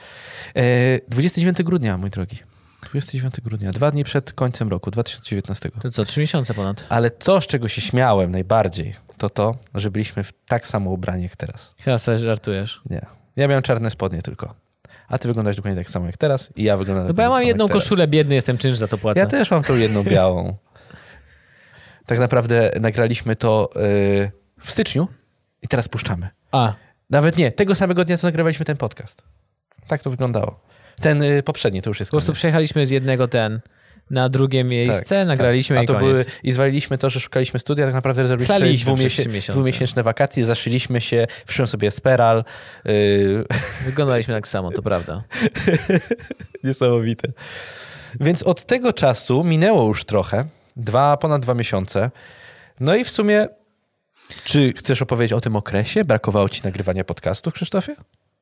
29 grudnia, mój drogi. 29 grudnia, 2 dni przed końcem roku 2019.
To co, 3 miesiące ponad.
Ale to, z czego się śmiałem najbardziej, to, że byliśmy w tak samo ubrani jak teraz.
Chyba sobie żartujesz.
Nie. Ja miałem czarne spodnie tylko. A ty wyglądasz dokładnie tak samo jak teraz i ja wyglądam
No bo ja mam jedną koszulę, biedny jestem, czynsz za to płacę.
Ja też mam tą jedną białą. Tak naprawdę nagraliśmy to w styczniu i teraz puszczamy. Nawet nie, tego samego dnia, co nagrywaliśmy ten podcast. Tak to wyglądało. Ten poprzedni to już jest
koniec. Po prostu przejechaliśmy z jednego na drugie miejsce, nagraliśmy
tak.
i koniec.
I zwaliliśmy to, że szukaliśmy studia, tak naprawdę zrobiliśmy dwumiesięczne wakacje, zaszyliśmy się, wszedłem sobie Speral.
Wyglądaliśmy tak samo, to prawda.
Niesamowite. Więc od tego czasu minęło już trochę, ponad 2 miesiące. No i w sumie, czy chcesz opowiedzieć o tym okresie? Brakowało ci nagrywania podcastów, Krzysztofie?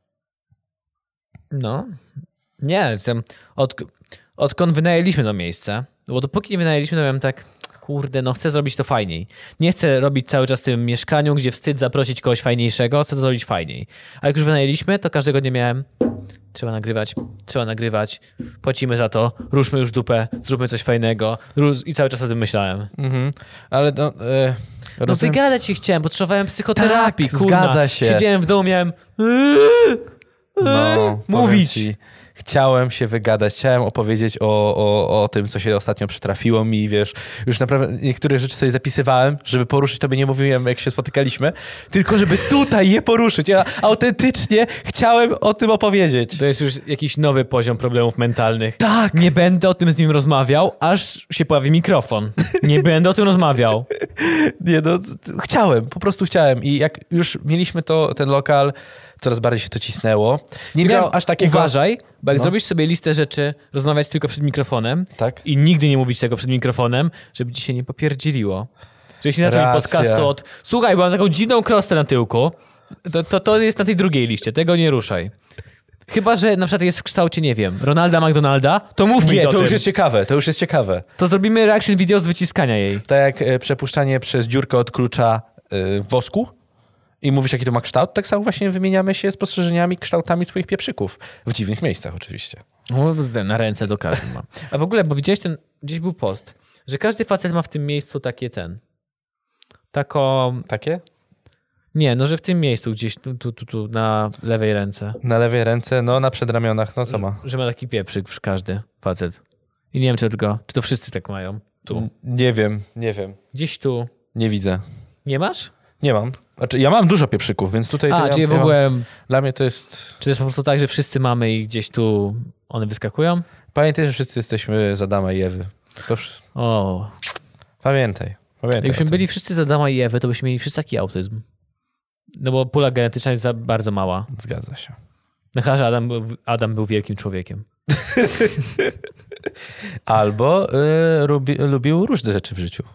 No, nie, odkąd wynajęliśmy to miejsce, bo dopóki nie wynajęliśmy, to miałem tak, kurde, no chcę zrobić to fajniej. Nie chcę robić cały czas w tym mieszkaniu, gdzie wstyd zaprosić kogoś fajniejszego, chcę to zrobić fajniej. A jak już wynajęliśmy, to każdego dnia miałem, trzeba nagrywać, płacimy za to, ruszmy już dupę, zróbmy coś fajnego i cały czas o tym myślałem.
Ale
no wygadać się chciałem, potrzebowałem psychoterapii,
tak, zgadza się.
Siedziałem w domu, miałem...
mówić. Chciałem się wygadać, chciałem opowiedzieć o tym, co się ostatnio przytrafiło mi, wiesz, już naprawdę niektóre rzeczy sobie zapisywałem, żeby poruszyć, tobie nie mówiłem, jak się spotykaliśmy, tylko żeby tutaj je poruszyć. Ja autentycznie chciałem o tym opowiedzieć.
To jest już jakiś nowy poziom problemów mentalnych.
Tak!
Nie będę o tym z nim rozmawiał, aż się pojawi mikrofon. Nie będę o tym rozmawiał.
Nie, no, po prostu chciałem. I jak już mieliśmy ten lokal, coraz bardziej się to cisnęło. Nie miałem aż takiego...
Uważaj, bo jak zrobisz sobie listę rzeczy, rozmawiać tylko przed mikrofonem i nigdy nie mówić tego przed mikrofonem, żeby ci się nie popierdzieliło. Żebyś nie zaczął podcastu od słuchaj, bo mam taką dziwną krostę na tyłku, to jest na tej drugiej liście, tego nie ruszaj. Chyba że na przykład jest w kształcie, nie wiem, Ronalda McDonalda, to mów mi o tym.
To już jest ciekawe.
To zrobimy reaction video z wyciskania jej.
Tak jak przepuszczanie przez dziurkę od klucza wosku. I mówisz, jaki to ma kształt, tak samo właśnie wymieniamy się spostrzeżeniami, kształtami swoich pieprzyków. W dziwnych miejscach oczywiście.
Na ręce do każdego ma. A w ogóle, bo widziałeś gdzieś był post, że każdy facet ma w tym miejscu takie
Takie?
Nie, no że w tym miejscu gdzieś tu na lewej ręce.
Na lewej ręce, no na przedramionach, no co ma?
Że ma taki pieprzyk każdy facet. I nie wiem, czy to wszyscy tak mają. Tu.
Nie wiem.
Gdzieś tu.
Nie widzę.
Nie masz?
Nie mam. Znaczy, ja mam dużo pieprzyków, więc tutaj...
czyli w ogóle...
Dla mnie to jest...
Czy to jest po prostu tak, że wszyscy mamy i gdzieś tu one wyskakują?
Pamiętaj, że wszyscy jesteśmy z Adama i Ewy. Pamiętaj.
Jakbyśmy byli wszyscy z Adama i Ewy, to byśmy mieli wszyscy taki autyzm. No bo pula genetyczna jest bardzo mała.
Zgadza się.
No chyba, że Adam był wielkim człowiekiem.
Albo lubił różne rzeczy w życiu.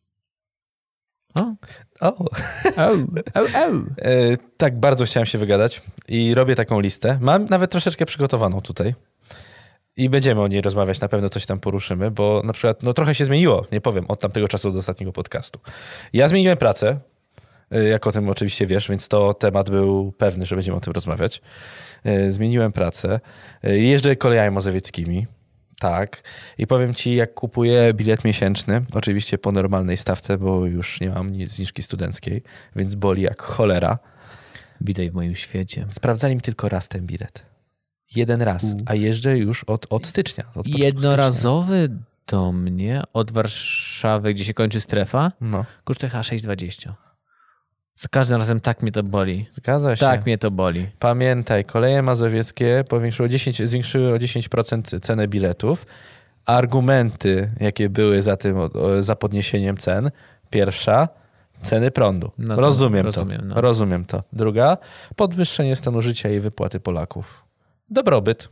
Tak, bardzo chciałem się wygadać i robię taką listę. Mam nawet troszeczkę przygotowaną tutaj i będziemy o niej rozmawiać, na pewno coś tam poruszymy, bo na przykład trochę się zmieniło, nie powiem, od tamtego czasu do ostatniego podcastu. Ja zmieniłem pracę, jak o tym oczywiście wiesz, więc to temat był pewny, że będziemy o tym rozmawiać. Zmieniłem pracę, jeżdżę kolejami mazowieckimi. Tak. I powiem ci, jak kupuję bilet miesięczny, oczywiście po normalnej stawce, bo już nie mam zniżki studenckiej, więc boli jak cholera.
Witaj w moim świecie.
Sprawdzali mi tylko raz ten bilet. Jeden raz, a jeżdżę już od stycznia.
Jednorazowy do mnie od Warszawy, gdzie się kończy strefa, kosztuje chyba 6,20. Za każdym razem tak mnie to boli.
Zgadza się.
Tak mnie to boli.
Pamiętaj, koleje mazowieckie zwiększyły o 10% cenę biletów. Argumenty, jakie były za podniesieniem cen. Pierwsza, ceny prądu. Rozumiem to. Druga, podwyższenie stanu życia i wypłaty Polaków. Dobrobyt.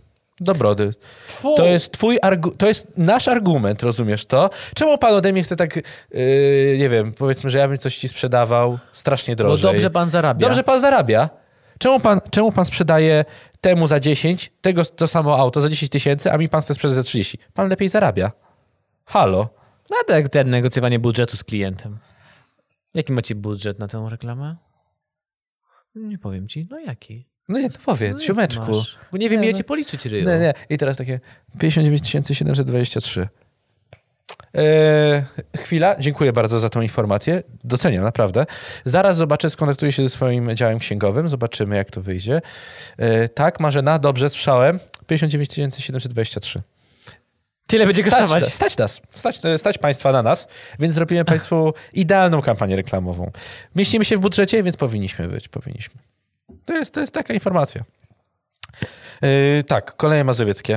To jest nasz argument, rozumiesz to? Czemu pan ode mnie chce tak, nie wiem, powiedzmy, że ja bym coś ci sprzedawał strasznie drożej.
Bo dobrze pan zarabia.
Czemu pan sprzedaje temu za 10, to samo auto za 10 tysięcy, a mi pan chce sprzedać za 30? Pan lepiej zarabia. Halo?
No tak, ten negocjowanie budżetu z klientem. Jaki macie budżet na tę reklamę? Nie powiem ci. No jaki?
No nie, to powiedz, siomeczku.
Masz? Bo nie wiem, ile
no.
ci policzyć, Ryjo.
Nie. I teraz takie 59 723. Chwila, dziękuję bardzo za tą informację. Doceniam, naprawdę. Zaraz zobaczę, skontaktuję się ze swoim działem księgowym, zobaczymy, jak to wyjdzie. Tak, Marzena, dobrze, słyszałem. 59 723.
Tyle będzie kosztować.
Stać państwa na nas, więc zrobimy państwu idealną kampanię reklamową. Mieścimy się w budżecie, więc powinniśmy. To jest taka informacja. Tak, koleje mazowieckie.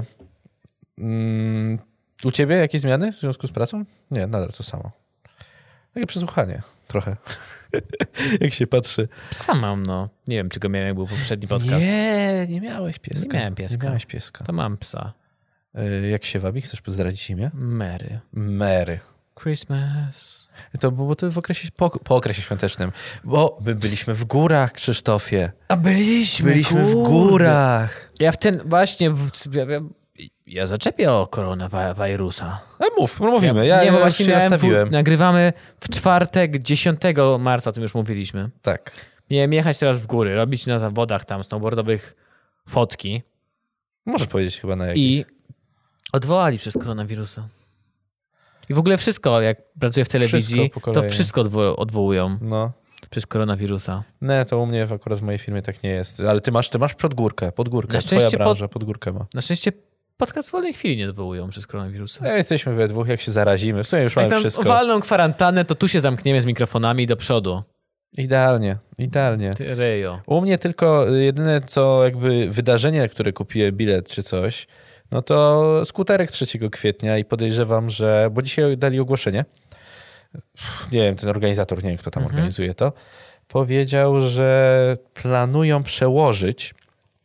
U ciebie jakieś zmiany w związku z pracą? Nie, nadal to samo. Takie przesłuchanie trochę. Jak się patrzy.
Psa mam, no. Nie wiem, czy go miałem, jak był poprzedni podcast.
Nie miałeś pieska.
Nie miałem pieska.
Nie miałeś pieska.
To mam psa.
Jak się wabi? Chcesz zdradzić imię?
Mary. Christmas.
To było to w okresie, po okresie świątecznym. Bo my byliśmy w górach, Krzysztofie.
A byliśmy
w górach.
Ja w ten właśnie... Ja zaczepię o koronawirusa.
Mówimy. Ja
bo
już
właśnie
się nastawiłem.
Nagrywamy w czwartek, 10 marca, o tym już mówiliśmy.
Tak.
Miałem jechać teraz w góry, robić na zawodach tam snowboardowych fotki.
Możesz powiedzieć chyba na jakie.
I odwołali przez koronawirusa. I w ogóle wszystko, jak pracuję w telewizji, to wszystko odwołują przez koronawirusa.
Nie, to u mnie akurat w mojej firmie tak nie jest. Ale ty masz podgórkę. Twoja branża podgórkę ma.
Na szczęście podcast w wolnej chwili nie odwołują przez koronawirusa.
Jesteśmy we dwóch, jak się zarazimy. W sumie już mamy wszystko.
Jak walną kwarantannę, to tu się zamkniemy z mikrofonami do przodu.
Idealnie.
Ty, Ryjo.
U mnie tylko jedyne co jakby wydarzenie, na które kupiłem bilet czy coś, no to skuterek 3 kwietnia i podejrzewam, że... Bo dzisiaj dali ogłoszenie. Nie wiem, ten organizator, nie wiem kto tam organizuje to. Powiedział, że planują przełożyć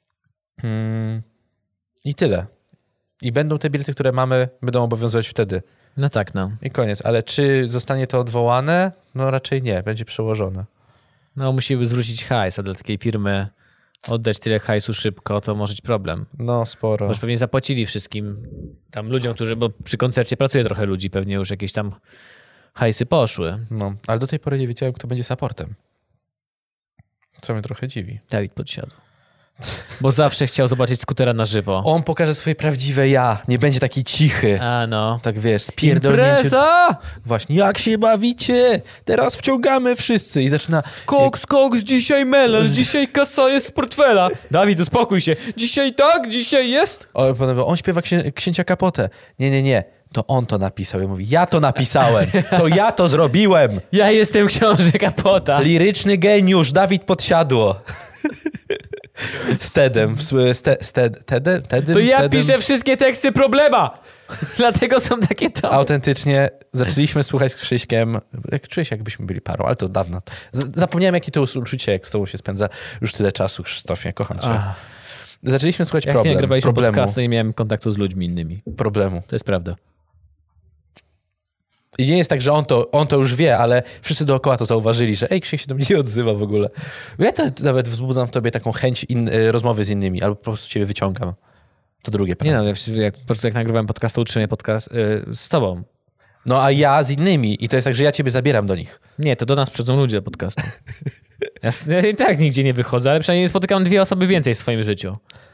i tyle. I będą te bilety, które mamy, będą obowiązywać wtedy.
No tak, no.
I koniec. Ale czy zostanie to odwołane? No raczej nie. Będzie przełożone.
No musimy zwrócić hajs, a dla takiej firmy oddać tyle hajsu szybko, to może być problem.
No sporo.
Bo już pewnie zapłacili wszystkim tam ludziom, bo przy koncercie pracuje trochę ludzi, pewnie już jakieś tam hajsy poszły.
No, ale do tej pory nie wiedziałem, kto będzie supportem. Co mnie trochę dziwi.
Dawid Podsiadło. Bo zawsze chciał zobaczyć skutera na żywo.
On pokaże swoje prawdziwe ja. Nie będzie taki cichy.
A no.
Tak wiesz, spierdolnięcie.
Impreza!
Właśnie, jak się bawicie? Teraz wciągamy wszyscy. I zaczyna...
Koks, dzisiaj melanż, dzisiaj kasa jest z portfela. Dawid, uspokój się. Dzisiaj tak, dzisiaj jest.
On śpiewa Księcia Kapotę. Nie. To on to napisał. Ja mówię, ja to napisałem. To ja to zrobiłem.
Ja jestem książę Kapota.
Liryczny geniusz, Dawid Podsiadło. Z Tedem.
To ja piszę wszystkie teksty Problema. Dlatego są takie to.
Autentycznie zaczęliśmy słuchać z Krzyśkiem. Czuję się, jakbyśmy byli parą, ale to dawno. Zapomniałem, jakie to uczucie, jak z tobą się spędza już tyle czasu, Krzysztofie, kocham cię. Zaczęliśmy słuchać
problemu. To nie miałem kontaktu z ludźmi innymi.
Problemu.
To jest prawda.
I nie jest tak, że on to już wie, ale wszyscy dookoła to zauważyli, że Krzysiek się do mnie nie odzywa w ogóle. Ja to nawet wzbudzam w tobie taką chęć rozmowy z innymi, albo po prostu ciebie wyciągam. To drugie pytanie.
Nie po prostu jak nagrywałem podcast, to utrzymuję podcast z tobą.
No a ja z innymi. I to jest tak, że ja ciebie zabieram do nich.
Nie, to do nas przychodzą ludzie do podcastu. Ja i tak nigdzie nie wychodzę, ale przynajmniej spotykam 2 osoby więcej w swoim życiu.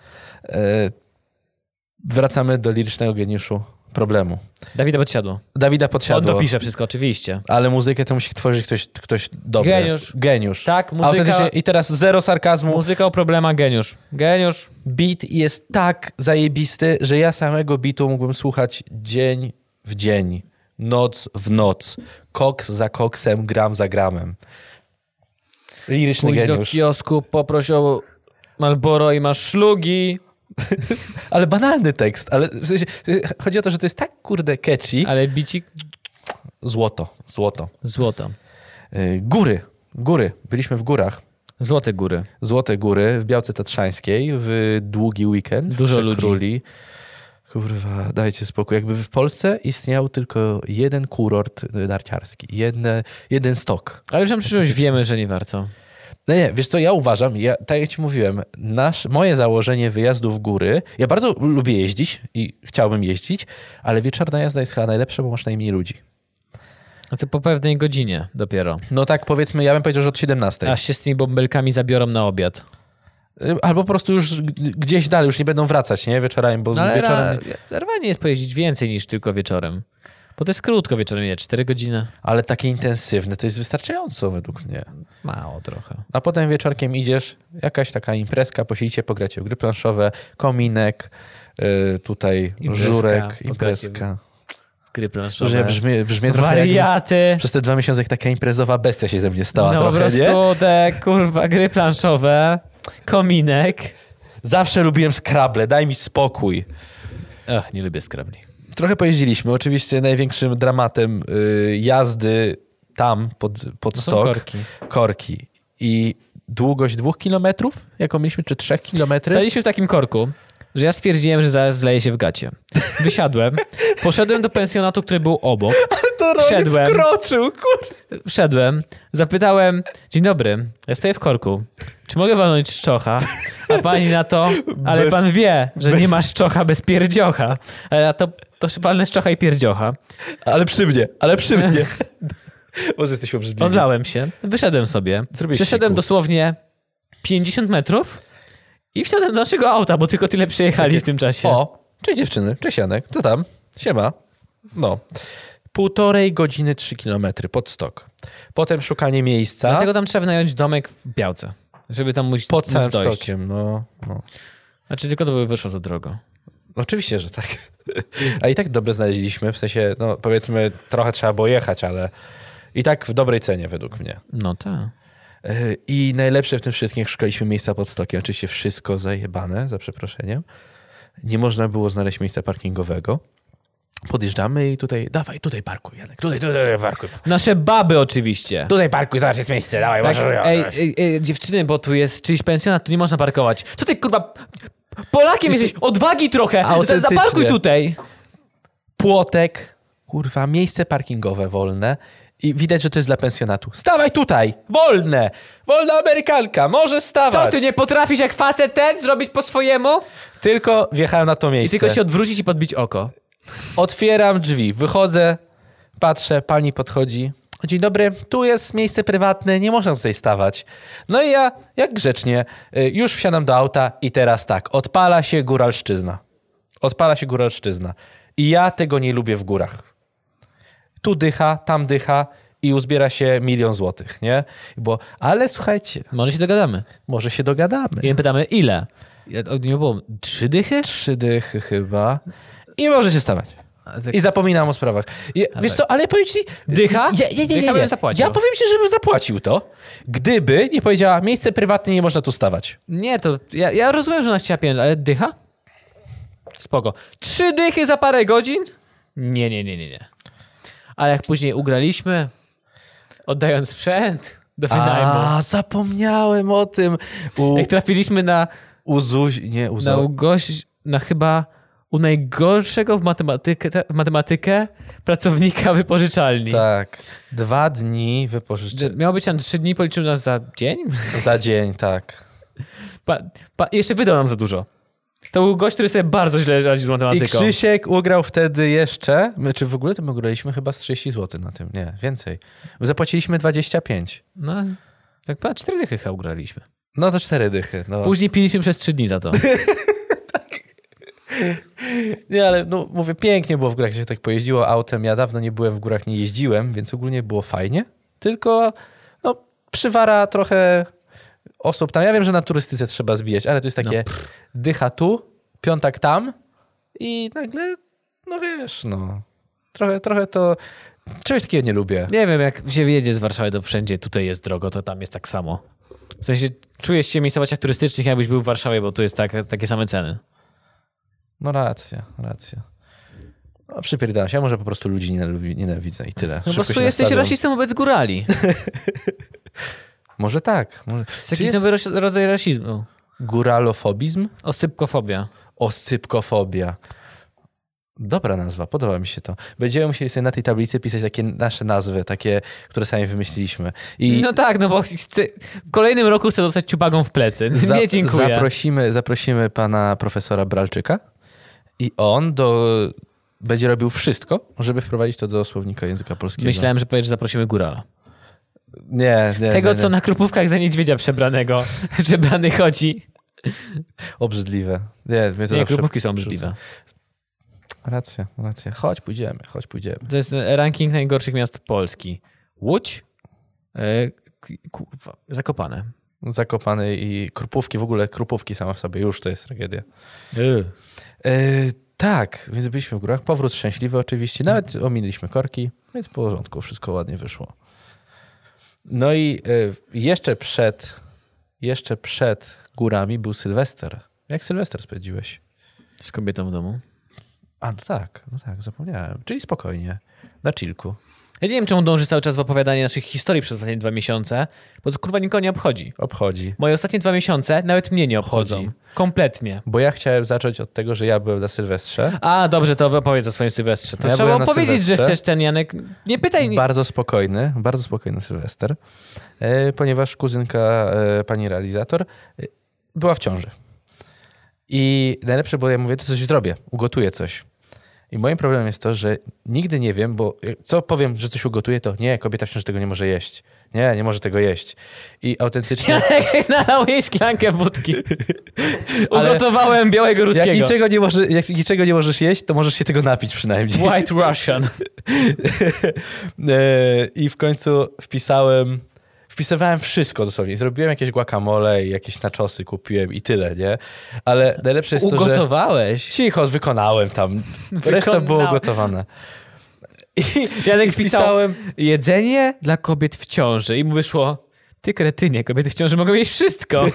Wracamy do lirycznego geniuszu Problemu.
Dawida Podsiadło. On dopisze wszystko, oczywiście.
Ale muzykę to musi tworzyć ktoś dobry. Geniusz.
Tak, muzyka.
I teraz zero sarkazmu.
Muzyka o problemach, geniusz.
Beat jest tak zajebisty, że ja samego beatu mógłbym słuchać dzień w dzień, noc w noc, koks za koksem, gram za gramem. Liryczny geniusz.
Pójdź do kiosku, poproś o Marlboro i masz szlugi.
Ale banalny tekst, ale w sensie, chodzi o to, że to jest tak kurde catchy.
Ale bicik?
Złoto. Góry. Byliśmy w górach. Złote góry w Białce Tatrzańskiej w długi weekend.
Dużo ludzi.
Króli. Kurwa, dajcie spokój. Jakby w Polsce istniał tylko jeden kurort narciarski. Jeden stok.
Ale już na przyszłość wiemy, że nie warto.
No nie, wiesz co, ja uważam, tak jak ci mówiłem, moje założenie wyjazdu w góry, ja bardzo lubię jeździć i chciałbym jeździć, ale wieczorna jazda jest chyba najlepsza, bo masz najmniej ludzi.
A to po pewnej godzinie dopiero.
No tak powiedzmy, ja bym powiedział, że od 17.
Aż się z tymi bąbelkami zabiorą na obiad.
Albo po prostu już gdzieś dalej, już nie będą wracać, nie? Wieczorami, bo
Ale
wieczorem...
Rwanie jest pojeździć więcej niż tylko wieczorem. Bo to jest krótko wieczorem, nie? 4 godziny.
Ale takie intensywne, to jest wystarczająco według mnie.
Mało trochę.
A potem wieczorkiem idziesz, jakaś taka imprezka, posiedzicie, pogracie w gry planszowe, kominek, tutaj
Imprezka,
żurek, imprezka.
Gry planszowe.
Że brzmi trochę
Wariaty.
jak... Przez te 2 miesiące jak taka imprezowa bestia się ze mnie stała
No
trochę,
po prostu
nie?
te kurwa gry planszowe, kominek.
Zawsze lubiłem Scrabble, daj mi spokój.
Ach, nie lubię Scrabli.
Trochę pojeździliśmy. Oczywiście największym dramatem jazdy tam pod
To są
stok.
korki.
I długość 2 kilometrów, jaką mieliśmy, czy 3 kilometrów?
Staliśmy w takim korku, że ja stwierdziłem, że zaraz zleję się w gacie. Wysiadłem, poszedłem do pensjonatu, który był obok.
To
Wszedłem.
wkroczył, kurde.
Wszedłem, zapytałem, dzień dobry, ja stoję w korku, czy mogę walnąć szczocha? A pani na to, ale pan wie, że nie ma szczocha bez pierdziocha. A ja to walnę szczocha i pierdziocha.
Ale przy mnie. Może jesteśmy obrzydliwi.
Odlałem się, wyszedłem sobie, przeszedłem
siku.
dosłownie 50 metrów i wsiadłem do naszego auta, bo tylko tyle przejechali w tym czasie.
O, cześć dziewczyny, cześć Janek, co tam? Siema. No. 1,5 godziny 3 kilometry pod stok. Potem szukanie miejsca.
Dlatego tam trzeba wynająć domek w Białce, żeby tam móc
pod całym
dojść.
stokiem, no.
Znaczy tylko to by wyszło za drogo.
Oczywiście, że tak. A i tak dobre znaleźliśmy, w sensie, no powiedzmy, trochę trzeba było jechać, ale i tak w dobrej cenie według mnie.
No tak.
I najlepsze w tym wszystkim, szukaliśmy miejsca pod stokiem. Oczywiście wszystko zajebane, za przeproszeniem. Nie można było znaleźć miejsca parkingowego. Podjeżdżamy i tutaj, dawaj, tutaj parkuj, Janek, tutaj parkuj.
Nasze baby oczywiście.
Tutaj parkuj, zobacz, jest miejsce, dawaj,
Tak,
masz.
ej, dziewczyny, bo tu jest czyjś pensjonat, tu nie można parkować. Co ty, kurwa, Polakiem jesteś, odwagi trochę,
Autentycznie.
zaparkuj tutaj.
Płotek, kurwa, miejsce parkingowe wolne i widać, że to jest dla pensjonatu. Stawaj tutaj, wolne, wolna Amerykanka, może stawać.
Co, ty nie potrafisz jak facet ten zrobić po swojemu?
Tylko wjechałem na to
I
miejsce.
tylko się odwrócić i podbić oko.
Otwieram drzwi, wychodzę, patrzę, pani podchodzi. Dzień dobry, tu jest miejsce prywatne, nie można tutaj stawać. No i ja, jak grzecznie, już wsiadam do auta i teraz tak, odpala się góralszczyzna. I ja tego nie lubię w górach. Tu dycha, tam dycha i uzbiera się 1 000 000 złotych, nie? Ale słuchajcie,
Może się dogadamy.
może się dogadamy.
I my pytamy, ile? Nie było 3 dychy?
3 dychy chyba. I możecie stawać.
Tak.
I zapominam o sprawach. Wiesz co, ale powiem ci...
Dycha?
Nie.
Dycha bym zapłacił.
Ja powiem ci, żebym zapłacił to, gdyby nie powiedziała, miejsce prywatne, nie można tu stawać.
Nie, to ja rozumiem, że ona chciała pieniądze, ale dycha? Spoko. 3 dychy za parę godzin? Nie. Ale jak później ugraliśmy, oddając sprzęt do wynajmu.
A, zapomniałem o tym.
Jak trafiliśmy na chyba u najgorszego w matematykę pracownika wypożyczalni.
Tak. 2 dni wypożyczenia.
Miało być tam 3 dni, policzył nas za dzień?
Za dzień, tak.
Jeszcze wydał nam za dużo. To był gość, który sobie bardzo źle radził z
I
matematyką.
Krzysiek ugrał wtedy jeszcze, czy w ogóle to my graliśmy chyba z 30 zł na tym. Nie, więcej. Zapłaciliśmy 25.
No, tak ponad 4 dychy chyba ugraliśmy.
No to 4 dychy. No.
Później piliśmy przez 3 dni za to.
Nie, ale no, mówię, pięknie było w górach, jak się tak pojeździło autem. Ja dawno nie byłem w górach, nie jeździłem, więc ogólnie było fajnie. Tylko no, przywara trochę osób tam. Ja wiem, że na turystyce trzeba zbijać, ale to jest takie dycha tu, piątak tam i nagle, no wiesz, no. Trochę to... Czegoś takiego nie lubię.
Nie wiem, jak się jedzie z Warszawy, to wszędzie tutaj jest drogo, to tam jest tak samo. W sensie czujesz się w miejscowościach turystycznych, jakbyś był w Warszawie, bo tu jest takie same ceny.
No racja. No, przypierdalam się, ja może po prostu ludzi nienawidzę i tyle.
No po
Szybko
prostu
się
jesteś
nastawiam.
rasistą wobec górali.
Może tak.
To jest jakiś nowy rodzaj rasizmu.
Góralofobizm?
Osypkofobia.
Osypkofobia. Dobra nazwa, podoba mi się to. Będziemy musieli sobie na tej tablicy pisać takie nasze nazwy, takie, które sami wymyśliliśmy. I
No tak, no bo w kolejnym roku chcę dostać ciupagą w plecy. Nie, dziękuję.
Zaprosimy pana profesora Bralczyka i on będzie robił wszystko, żeby wprowadzić to do słownika języka polskiego.
Myślałem, że powiesz, że zaprosimy górala.
Nie.
Tego, co na krupówkach za niedźwiedzia przebrany chodzi.
Obrzydliwe. Nie,
krupówki są obrzydliwe.
Racja. Chodź, pójdziemy.
To jest ranking najgorszych miast Polski. Łódź,
Zakopane i Krupówki, w ogóle Krupówki sama w sobie, już to jest tragedia. Tak, więc byliśmy w górach. Powrót szczęśliwy oczywiście. Nawet ominęliśmy korki, więc w porządku, wszystko ładnie wyszło. No i jeszcze przed górami był Sylwester. Jak Sylwester spędziłeś?
Z kobietą w domu.
No tak, zapomniałem. Czyli spokojnie, na chillku.
Ja nie wiem, czemu dąży cały czas w opowiadanie naszych historii przez ostatnie 2 miesiące, bo to kurwa nikogo nie obchodzi.
Obchodzi.
Moje ostatnie 2 miesiące nawet mnie nie obchodzą.
Obchodzi.
Kompletnie.
Bo ja chciałem zacząć od tego, że ja byłem na Sylwestrze.
A, dobrze, to opowiedz o swoim Sylwestrze. To
Ja
trzeba
byłem na
powiedzieć, że
Sylwestrze.
chcesz ten, Janek. Nie pytaj mnie.
Bardzo spokojny Sylwester, ponieważ kuzynka pani realizator była w ciąży. I najlepsze było, ja mówię, to coś zrobię, ugotuję coś. I moim problemem jest to, że nigdy nie wiem, bo co powiem, że coś ugotuję, to nie, kobieta w ciąży tego nie może jeść. Nie może tego jeść. I autentycznie...
Janek, nalał jej szklankę wódki. Ugotowałem białego ruskiego.
Jak niczego nie możesz jeść, to możesz się tego napić przynajmniej.
White Russian.
I w końcu wpisywałem wszystko dosłownie. Zrobiłem jakieś guacamole i jakieś nachosy kupiłem i tyle, nie? Ale najlepsze jest to, że...
Ugotowałeś?
Cicho, wykonałem tam. Reszta było ugotowane.
Janek wpisałem jedzenie dla kobiet w ciąży i mu wyszło, ty kretynie, kobiety w ciąży mogą jeść wszystko.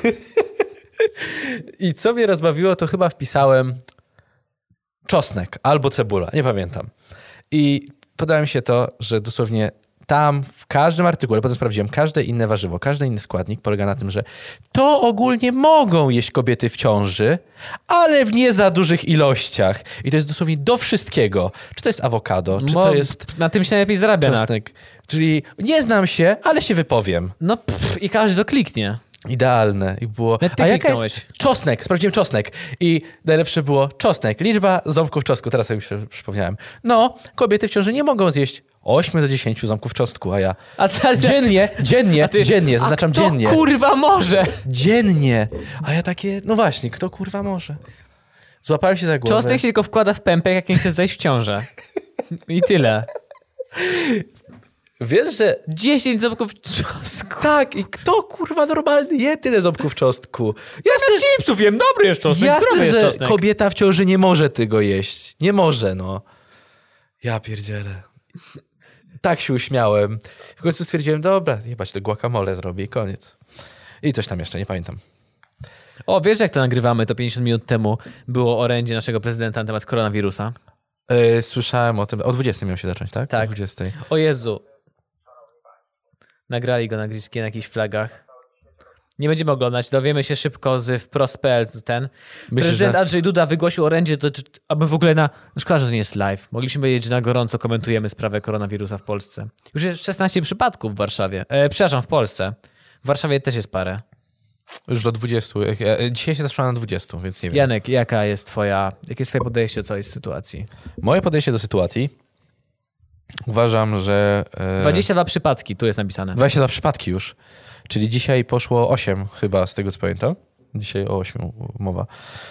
I co mnie rozbawiło, to chyba wpisałem czosnek albo cebula, nie pamiętam. I podoba mi się to, że dosłownie tam w każdym artykule, potem sprawdziłem, każde inne warzywo, każdy inny składnik polega na tym, że to ogólnie mogą jeść kobiety w ciąży, ale w nie za dużych ilościach. I to jest dosłownie do wszystkiego. Czy to jest awokado, czy to jest
na tym się najlepiej zarabia.
czosnek. Czyli nie znam się, ale się wypowiem.
No i każdy to kliknie.
Idealne. I było...
A jaka jest...
Czosnek. Sprawdziłem czosnek. I najlepsze było czosnek. Liczba ząbków czosnku. Teraz sobie się przypomniałem. No, kobiety w ciąży nie mogą zjeść 8 do 10 ząbków czosnku, a ja... Dziennie, zaznaczam dziennie.
Kto kurwa może?
Dziennie. A ja takie, no właśnie, kto kurwa może? Złapałem się za głowę.
Czosnek się tylko wkłada w pępek, jak nie chcesz zejść w ciążę. I tyle.
Wiesz, że
10 ząbków czosnku.
tak, i kto kurwa normalny je tyle ząbków czosnku?
Jasne, chipsów jem, dobry jest czosnek, zdrowy
Jasne,
jest
że
czosnek.
kobieta w ciąży nie może tego jeść. Nie może, no. Ja pierdzielę. Tak się uśmiałem. W końcu stwierdziłem, dobra, jebać, to guacamole zrobię i koniec. I coś tam jeszcze, nie pamiętam.
O, wiesz jak to nagrywamy, to 50 minut temu było orędzie naszego prezydenta na temat koronawirusa.
Słyszałem o tym, o 20 miał się zacząć, tak?
Tak.
O 20.
O Jezu. Nagrali go na jakichś flagach. Nie będziemy oglądać, dowiemy się szybko z wprost.pl ten. Prezydent Andrzej Duda wygłosił orędzie, aby w ogóle szkoda, że to nie jest live. Mogliśmy powiedzieć, że na gorąco komentujemy sprawę koronawirusa w Polsce. Już jest 16 przypadków w Warszawie. Przepraszam, w Polsce. W Warszawie też jest parę.
Już do 20. Dzisiaj się zaczęła na 20, więc nie wiem.
Janek, jakie jest twoje podejście do całej sytuacji?
Moje podejście do sytuacji, uważam, że...
22 przypadki, tu jest napisane.
22 przypadki już. Czyli dzisiaj poszło 8 chyba, z tego co pamiętam. Dzisiaj o 8 mowa.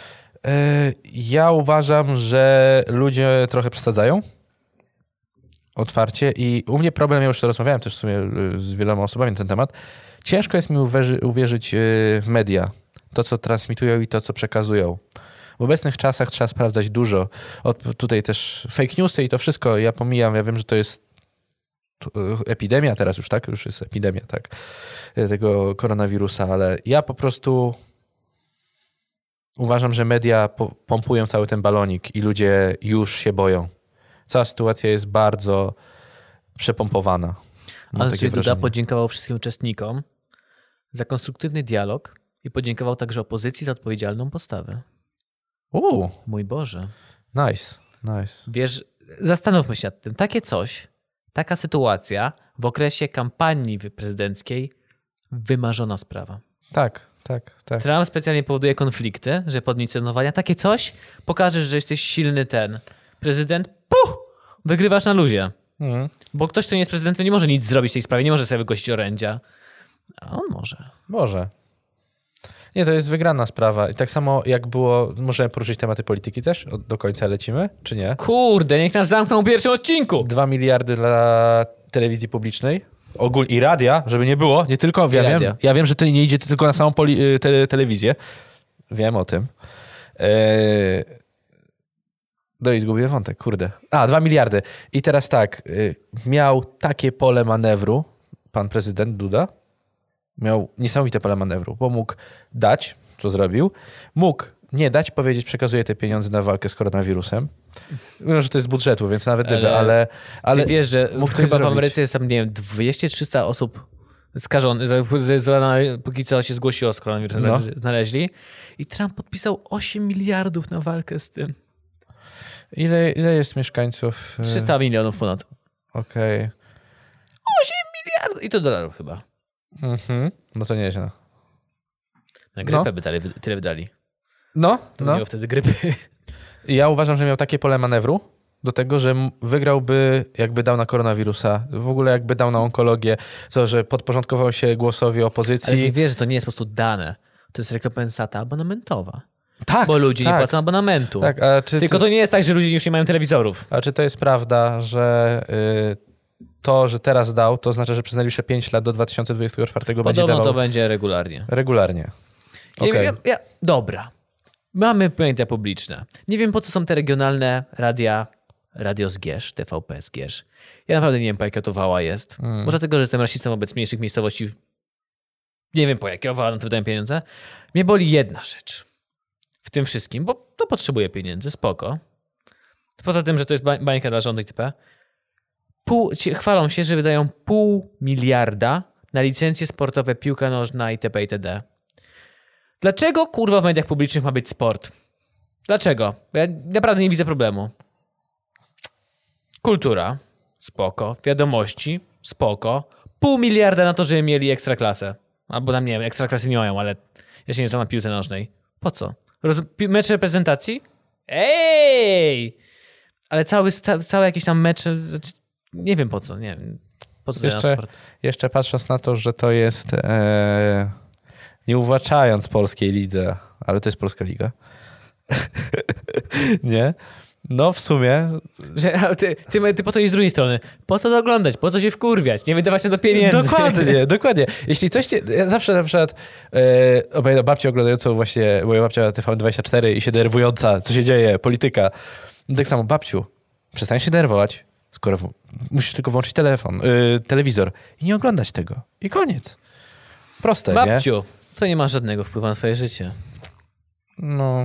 Ja uważam, że ludzie trochę przesadzają otwarcie i u mnie problem, ja już to rozmawiałem też w sumie z wieloma osobami na ten temat. Ciężko jest mi uwierzyć w media. To, co transmitują i to, co przekazują. W obecnych czasach trzeba sprawdzać dużo. Tutaj też fake newsy i to wszystko ja pomijam. Ja wiem, że to jest epidemia teraz już, tak? Już jest epidemia, tak? Tego koronawirusa, ale ja po prostu uważam, że media pompują cały ten balonik i ludzie już się boją. Cała sytuacja jest bardzo przepompowana.
Andrzej Duda podziękował wszystkim uczestnikom za konstruktywny dialog i podziękował także opozycji za odpowiedzialną postawę. Mój Boże.
Nice. Nice.
Wiesz, zastanówmy się nad tym. Takie coś, taka sytuacja w okresie kampanii prezydenckiej, wymarzona sprawa.
Tak.
Trump specjalnie powoduje konflikty, że podnicjonowania. Takie coś, pokażesz, że jesteś silny prezydent, wygrywasz na luzie. Bo ktoś, kto nie jest prezydentem, nie może nic zrobić w tej sprawie, nie może sobie wygłosić orędzia. A on może.
Może. Nie, to jest wygrana sprawa. I tak samo jak było, możemy poruszyć tematy polityki też? Do końca lecimy, czy nie?
Kurde, niech nas zamkną w pierwszym odcinku.
2 miliardy dla telewizji publicznej. I radia, żeby nie było. Nie tylko, ja wiem, że to nie idzie tylko na samą telewizję. Wiem o tym. No i zgubiłem wątek, kurde. 2 miliardy. I teraz tak, miał takie pole manewru, pan prezydent Duda, miał niesamowite pole manewru, bo mógł dać, co zrobił, mógł nie dać, powiedzieć, przekazuję te pieniądze na walkę z koronawirusem. Wiem, że to jest z budżetu, więc nawet gdyby, ale
ty wiesz, że chyba w
zrobić.
Ameryce jest tam, nie wiem, 200-300 osób skażonych, póki co się zgłosiło z koronawirusem, znaleźli. I Trump podpisał 8 miliardów na walkę z tym.
Ile jest mieszkańców?
300 milionów ponad.
Okej.
8 miliardów! I to dolarów chyba.
No to nieźle.
Na grypę by tyle wydali.
No.
Nie było wtedy grypy.
Ja uważam, że miał takie pole manewru do tego, że wygrałby, jakby dał na koronawirusa, w ogóle jakby dał na onkologię, że podporządkował się głosowi opozycji.
Ale ty wiesz, że to nie jest po prostu dane. To jest rekompensata abonamentowa.
Tak,
bo ludzie nie płacą abonamentu.
Tak,
Tylko to nie jest tak, że ludzie już nie mają telewizorów.
A czy to jest prawda, że to, że teraz dał, to oznacza, że przez najbliższe 5 lat do 2024 będzie dawał?
Podobno to będzie regularnie.
Regularnie. Okay.
Dobra. Mamy media publiczne. Nie wiem, po co są te regionalne radia, Radio Zgierz, TVP Zgierz. Ja naprawdę nie wiem, po jakie to wała jest. Może dlatego, że jestem rasistą wobec mniejszych miejscowości. Nie wiem, po jakie wała na to wydają pieniądze. Mnie boli jedna rzecz w tym wszystkim, bo to potrzebuje pieniędzy, spoko. Poza tym, że to jest bańka dla rządu itp. Chwalą się, że wydają 0,5 miliarda na licencje sportowe, piłka nożna itp. itd. Dlaczego, kurwa, w mediach publicznych ma być sport? Dlaczego? Ja naprawdę nie widzę problemu. Kultura, spoko. Wiadomości, spoko. 0,5 miliarda na to, żeby mieli ekstraklasę. Albo tam, nie wiem, ekstraklasy nie mają, ale ja się nie znam na piłce nożnej. Po co? Mecz reprezentacji? Ej! Ale całe jakieś tam mecze, nie wiem po co, nie wiem. Po co
jeszcze patrząc na to, że to jest nie uwłaczając polskiej lidze, ale to jest polska liga. Nie? No w sumie...
Ty po to iść z drugiej strony. Po co to oglądać? Po co się wkurwiać? Nie wydawać się do pieniędzy.
Dokładnie. Jeśli coś ja zawsze na przykład obejrzę babcię oglądającą właśnie, moja babcia TVN24 i się denerwująca, co się dzieje, polityka. Tak samo, babciu, przestań się denerwować, skoro musisz tylko włączyć telewizor i nie oglądać tego. I koniec. Proste,
babciu,
nie?
To nie ma żadnego wpływu na twoje życie.
No...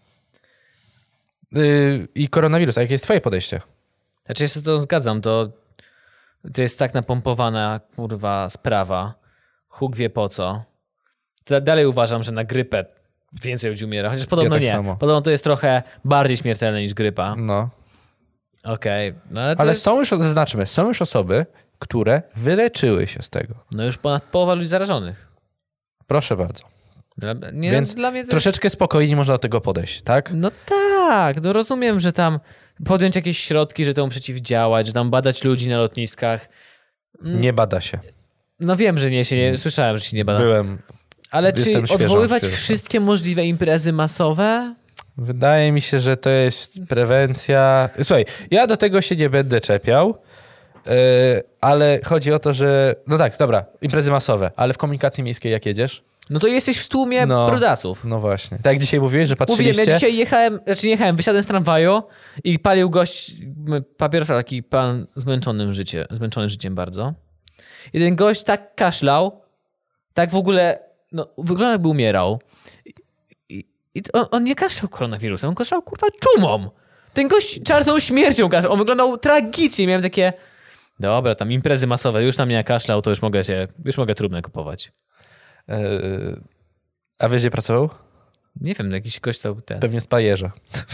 I koronawirus, a jakie jest twoje podejście?
Znaczy, ja się z tym zgadzam, to jest tak napompowana, kurwa, sprawa. Huk wie po co. Dalej uważam, że na grypę więcej ludzi umiera, chociaż podobno nie.
Samo.
Podobno to jest trochę bardziej śmiertelne niż grypa.
No.
Okej. No,
ale są już, zaznaczmy, są już osoby, które wyleczyły się z tego.
No już ponad połowa ludzi zarażonych.
Proszę bardzo. Więc
dla mnie
troszeczkę spokojnie można do tego podejść, tak?
No tak, no rozumiem, że tam podjąć jakieś środki, że temu przeciwdziałać, że tam badać ludzi na lotniskach.
Nie bada się.
No wiem, że nie słyszałem, że się nie bada.
Byłem.
Ale czy odwoływać wszystkie możliwe imprezy masowe?
Wydaje mi się, że to jest prewencja. Słuchaj, ja do tego się nie będę czepiał, ale chodzi o to, że... No tak, dobra, imprezy masowe, ale w komunikacji miejskiej jak jedziesz?
No to jesteś w tłumie brudasów.
No właśnie. Tak jak dzisiaj mówiłeś, że patrzyliście...
Mówiłem, ja dzisiaj jechałem, wysiadłem z tramwaju i palił gość papierosa, taki pan zmęczony życiem bardzo. I ten gość tak kaszlał, tak w ogóle, no wygląda jakby umierał. I on nie kaszlał koronawirusem, on kaszlał kurwa czumą. Ten gość czarną śmiercią kaszlał, on wyglądał tragicznie. Miałem takie, dobra, tam imprezy masowe, już na mnie kaszlał, to już mogę trumnę kupować.
A wiesz, gdzie pracował?
Nie wiem, jakiś gość stał ten.
Pewnie z Pajerza.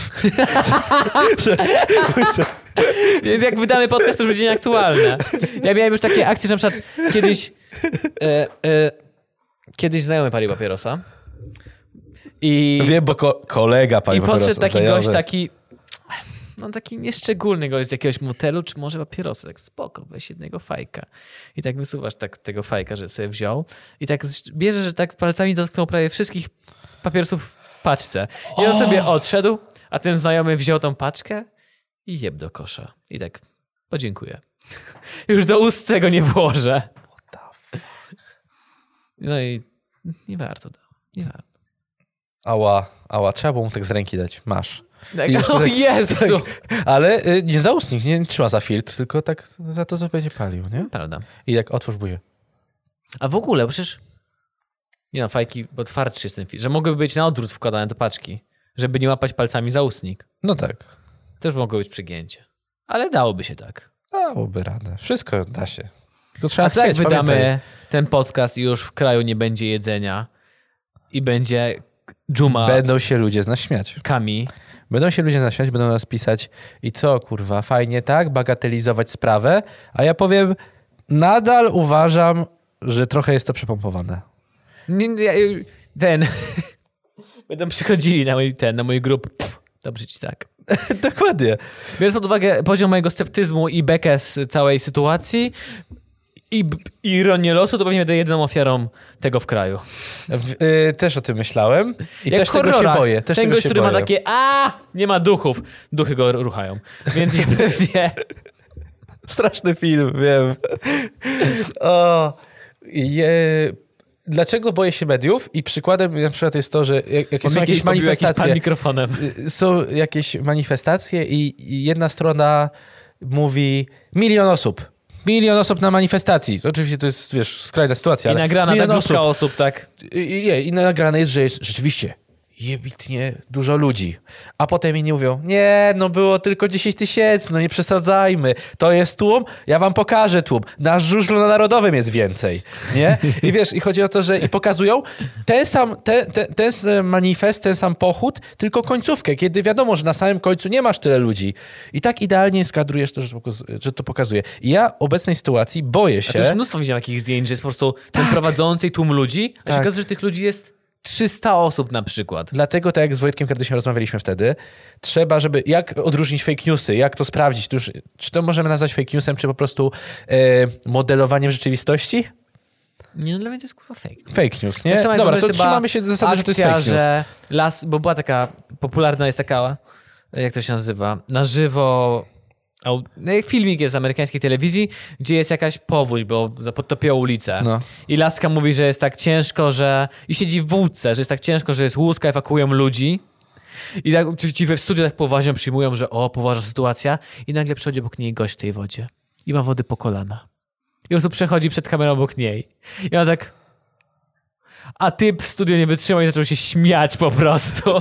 Jak wydamy podcast, to już będzie nieaktualne. Ja miałem już takie akcje, że na przykład kiedyś znajomy palił papierosa.
Wiem, bo kolega palił papierosa.
I podszedł taki
znajomy.
gość, taki nieszczególny gość z jakiegoś motelu, czy może papierosa. Tak spoko, weź jednego fajka. I tak wysuwasz tego fajka, że sobie wziął. I tak bierze, że tak palcami dotknął prawie wszystkich papierosów w paczce. I on sobie odszedł, a ten znajomy wziął tą paczkę i jeb do kosza. I tak, podziękuję. Już do ust tego nie włożę. No i nie warto. Nie warto.
Ała, trzeba było mu tak z ręki dać. Masz.
Tak, o Jezu!
Tak, ale nie za ustnik, nie trzyma za filtr, tylko tak za to, co będzie palił, nie?
Prawda.
I jak otwórz buzię.
A w ogóle, bo przecież nie no, fajki, bo twardszy jest ten filtr, że mogłyby być na odwrót wkładane do paczki, żeby nie łapać palcami za ustnik.
No tak.
Też mogło być przygięcie. Ale dałoby się tak.
Dałoby radę. Wszystko da się. Tylko trzeba
A co jak
chcieć,
wydamy
pamiętaj.
ten podcast i już w kraju nie będzie jedzenia i będzie dżuma
Będą się ludzie z nas śmiać.
kami.
Będą się ludzie z nas śmiać, będą nas pisać i co, kurwa, fajnie tak, bagatelizować sprawę, a ja powiem, nadal uważam, że trochę jest to przepompowane.
Będą przychodzili na mój grup. Dobrze ci tak.
Dokładnie.
Biorąc pod uwagę poziom mojego sceptyzmu i bekę z całej sytuacji i ironię losu, to pewnie będę jedyną ofiarą tego w kraju.
Też o tym myślałem i
Jak
też
w
tego się
horrorach.
boję. Też
Ten
tego
gość,
się
który
boję.
ma takie nie ma duchów. Duchy go ruchają. Więc ja pewnie...
Straszny film, wiem. Dlaczego boję się mediów? I przykładem na przykład jest to, że jak są jakieś
pan
manifestacje,
mikrofonem.
są jakieś manifestacje i jedna strona mówi 1 000 000 osób. 1 000 000 osób na manifestacji. Oczywiście to jest, wiesz, skrajna sytuacja.
I
ale
nagrana
1
ta
000
grupka osób, tak?
I nagrane jest, że jest rzeczywiście jebitnie dużo ludzi. A potem inni mówią, nie, no było tylko 10 000, no nie przesadzajmy. To jest tłum? Ja wam pokażę tłum. Na żużlu na Narodowym jest więcej. Nie? I wiesz, i chodzi o to, że i pokazują ten manifest, ten sam pochód, tylko końcówkę, kiedy wiadomo, że na samym końcu nie masz tyle ludzi. I tak idealnie skadrujesz to, że to pokazuje. I ja obecnej sytuacji boję się...
A to już mnóstwo widziałem takich zdjęć, że jest po prostu ten prowadzący i tłum ludzi, a się okazuje, że tych ludzi jest 300 osób na przykład.
Dlatego, tak jak z Wojtkiem Kardysiem rozmawialiśmy wtedy, trzeba, żeby... Jak odróżnić fake newsy? Jak to sprawdzić? To już, czy to możemy nazwać fake newsem, czy po prostu modelowaniem rzeczywistości?
Nie, no dla mnie to jest kurwa fake.
Fake news, nie?
Tak samo jak
Dobra,
w
to
Ameryce
trzymamy się do zasady, że to jest
akcja,
fake news.
że bo była taka, popularna jest taka, jak to się nazywa, na żywo... Filmik jest z amerykańskiej telewizji, gdzie jest jakaś powódź, bo podtopiło ulicę.
No.
I laska mówi, że jest tak ciężko, że... I siedzi w łódce, że jest tak ciężko, że jest łódka, ewakuują ludzi. I tak ci we studiu tak poważnie przyjmują, że poważna sytuacja. I nagle przychodzi obok niej gość w tej wodzie. I ma wody po kolana. I po prostu przechodzi przed kamerą obok niej. I ona tak... A typ w studiu nie wytrzymał i zaczął się śmiać po prostu.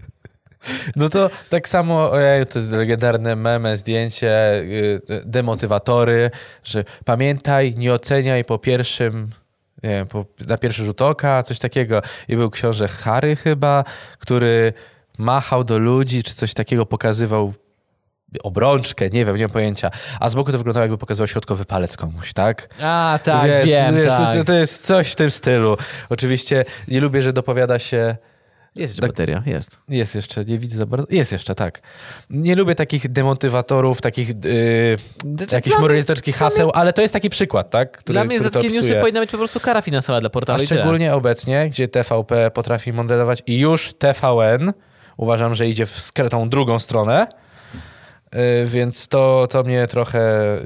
No to tak samo, to jest legendarne meme, zdjęcie, demotywatory, że pamiętaj, nie oceniaj po pierwszym, nie wiem, na pierwszy rzut oka, coś takiego. I był książę Harry chyba, który machał do ludzi, czy coś takiego, pokazywał obrączkę, nie wiem pojęcia. A z boku to wyglądało, jakby pokazywał środkowy palec komuś, tak?
A, tak,
wiesz,
wiem, tak.
To jest coś w tym stylu. Oczywiście nie lubię, że dopowiada się...
Jest jeszcze bateria, jest.
Jest jeszcze, nie widzę za bardzo. Jest jeszcze, tak. Nie lubię takich demotywatorów, takich jakichś moralizatorskich haseł, ale to jest taki przykład, tak?
Dla mnie za takie newsy powinna być po prostu kara finansowa dla portalu.
A szczególnie obecnie, gdzie TVP potrafi modelować i już TVN, uważam, że idzie w tą drugą stronę, więc to mnie trochę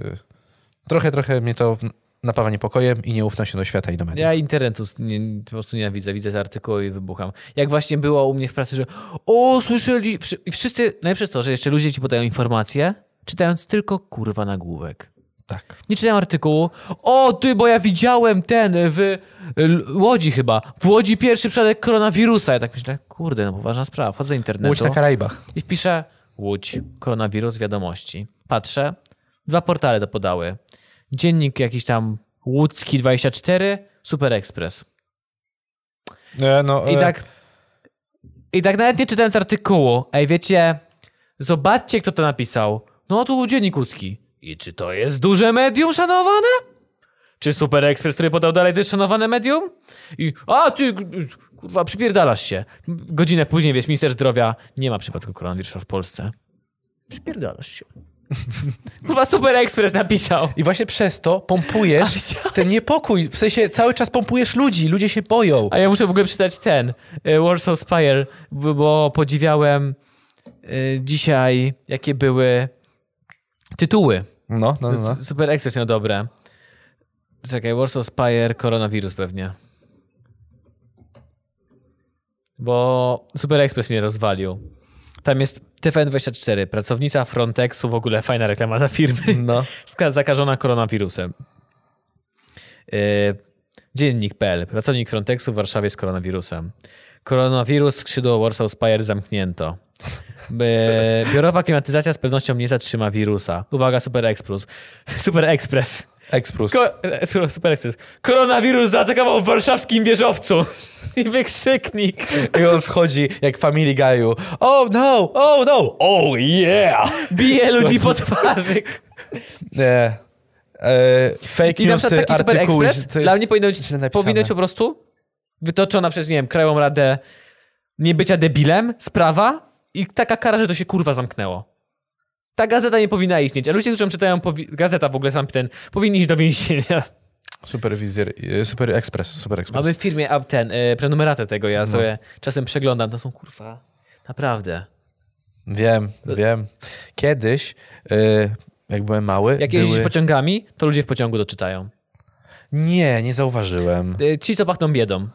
mnie to napawa niepokojem i nieufnością do świata i do mediów.
Ja internetu po prostu nienawidzę. Widzę te artykuły i wybucham. Jak właśnie było u mnie w pracy, że słyszeli... I wszyscy... Najlepsze jest to, że jeszcze ludzie ci podają informacje, czytając tylko kurwa nagłówek.
Tak.
Nie czytają artykułu. Bo ja widziałem w Łodzi chyba. W Łodzi pierwszy przypadek koronawirusa. Ja tak myślę, kurde, no poważna sprawa. Wchodzę do internetu.
Łódź na Karaibach.
I wpiszę Łódź, koronawirus, wiadomości. Patrzę. 2 portale to podały. Dziennik jakiś tam Łódzki 24, Super Express. I tak I tak nawet nie czytając artykułu, wiecie, zobaczcie, kto to napisał. No tu Dziennik Łódzki. I czy to jest duże medium szanowane? Czy Super Express, który podał dalej, to jest szanowane medium? I, ty, kurwa, przypierdalasz się. Godzinę później, wiesz, minister zdrowia, nie ma przypadku koronawirusa w Polsce. Przypierdalasz się. Kurwa, Super Express napisał.
I właśnie przez to pompujesz ten niepokój. W sensie cały czas pompujesz ludzi. Ludzie się boją.
A ja muszę w ogóle przeczytać Warsaw Spire, bo podziwiałem dzisiaj, jakie były tytuły.
No.
Super Express miał dobre. Czekaj, Warsaw Spire, koronawirus pewnie. Bo Super Express mnie rozwalił. Tam jest TVN24, pracownica Frontexu, w ogóle fajna reklama dla firmy, zakażona koronawirusem. Dziennik.pl, pracownik Frontexu w Warszawie z koronawirusem. Koronawirus, skrzydło Warsaw Spire zamknięto. Biurowa klimatyzacja z pewnością nie zatrzyma wirusa. Uwaga, Super Express. Super Express. Super Express. Koronawirus zaatakował w warszawskim wieżowcu. I wykrzyknik.
I on wchodzi jak Family Guy'u. Oh no, oh yeah.
Bije ludzi po twarzy.
Nie. Fake
I na
newsy,
przykład taki Super
artykuły.
Express dla mnie powinno być po prostu wytoczona przez, nie wiem, Krajową Radę niebycia debilem sprawa i taka kara, że to się kurwa zamknęło. Ta gazeta nie powinna istnieć, a ludzie, którzy czytają gazeta w ogóle sam powinni iść do więzienia.
Super Express.
Mamy w firmie prenumeratę tego, ja sobie czasem przeglądam, to są kurwa, naprawdę.
Wiem. Kiedyś, jak byłem mały...
Jak jeździsz pociągami, to ludzie w pociągu doczytają.
Nie zauważyłem.
Ci, co pachną biedą.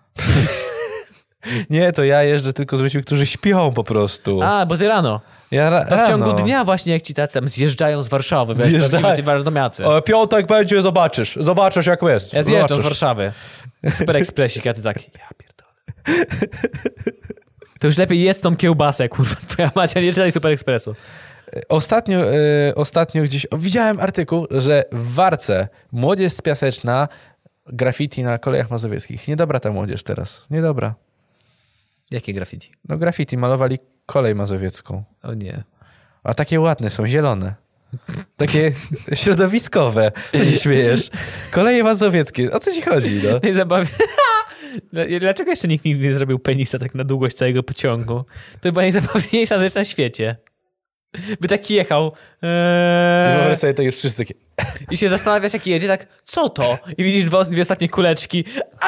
Nie, to ja jeżdżę tylko z ludźmi, którzy śpią po prostu.
Bo ty rano. To w ciągu dnia właśnie, jak ci tacy tam zjeżdżają z Warszawy, wiesz,
o piątek będzie, zobaczysz jak jest.
Ja zjeżdżam z Warszawy. Super Expressik, a ty tak, ja pierdolę. To już lepiej jest tą kiełbasę, kurwa, twoja macia, nie czytaj Super Expressu.
Ostatnio gdzieś widziałem artykuł, że w Warce młodzież z Piaseczna graffiti na kolejach mazowieckich. Niedobra ta młodzież teraz. Niedobra.
Jakie graffiti?
No graffiti, malowali kolej mazowiecką.
O nie.
A takie ładne są, zielone. Takie środowiskowe. Co się śmiejesz? Koleje mazowieckie. O co ci chodzi, no?
Dlaczego jeszcze nikt nigdy nie zrobił penisa tak na długość całego pociągu? To była najzabawniejsza rzecz na świecie. By tak jechał.
I wyobraź sobie, to już wszyscy takie...
I się zastanawiasz, jak jedzie, tak, co to? I widzisz dwie ostatnie kuleczki.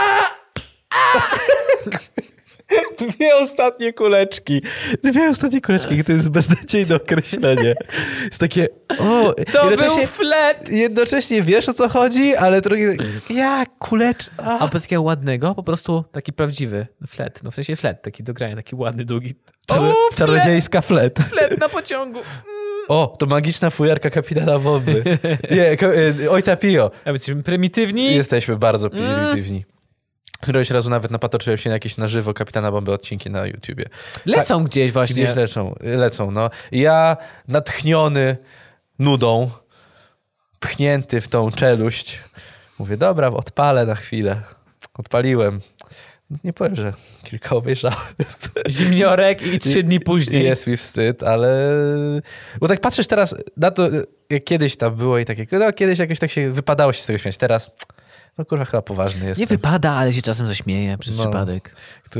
Dwie ostatnie kuleczki, to jest beznadziejne określenie. Jest takie,
to był flet!
Jednocześnie wiesz, o co chodzi, ale drugie, kuleczki.
A takiego ładnego, po prostu taki prawdziwy flet. No w sensie flet, taki do grania, taki ładny, długi.
Czarodziejska flet.
Flet na pociągu.
To magiczna fujarka kapitana Bomby. Nie, ojca Pio.
A jesteśmy prymitywni?
Jesteśmy bardzo prymitywni. Któregoś razu nawet napatrzyłem się na jakieś na żywo Kapitana Bomby odcinki na YouTubie.
Lecą gdzieś właśnie.
Gdzieś lecą, no. Ja natchniony nudą, pchnięty w tą czeluść, mówię, dobra, odpalę na chwilę. Odpaliłem. Nie powiem, że kilka obejrzałem.
Zimniorek i 3 dni później.
Jest mi wstyd, ale... Bo tak patrzysz teraz na to, jak kiedyś tam było i takie, kiedyś jakoś tak się wypadało się z tego śmiać. Teraz... No kurwa, chyba poważny jest.
Nie wypada, ale się czasem zaśmieje przez przypadek.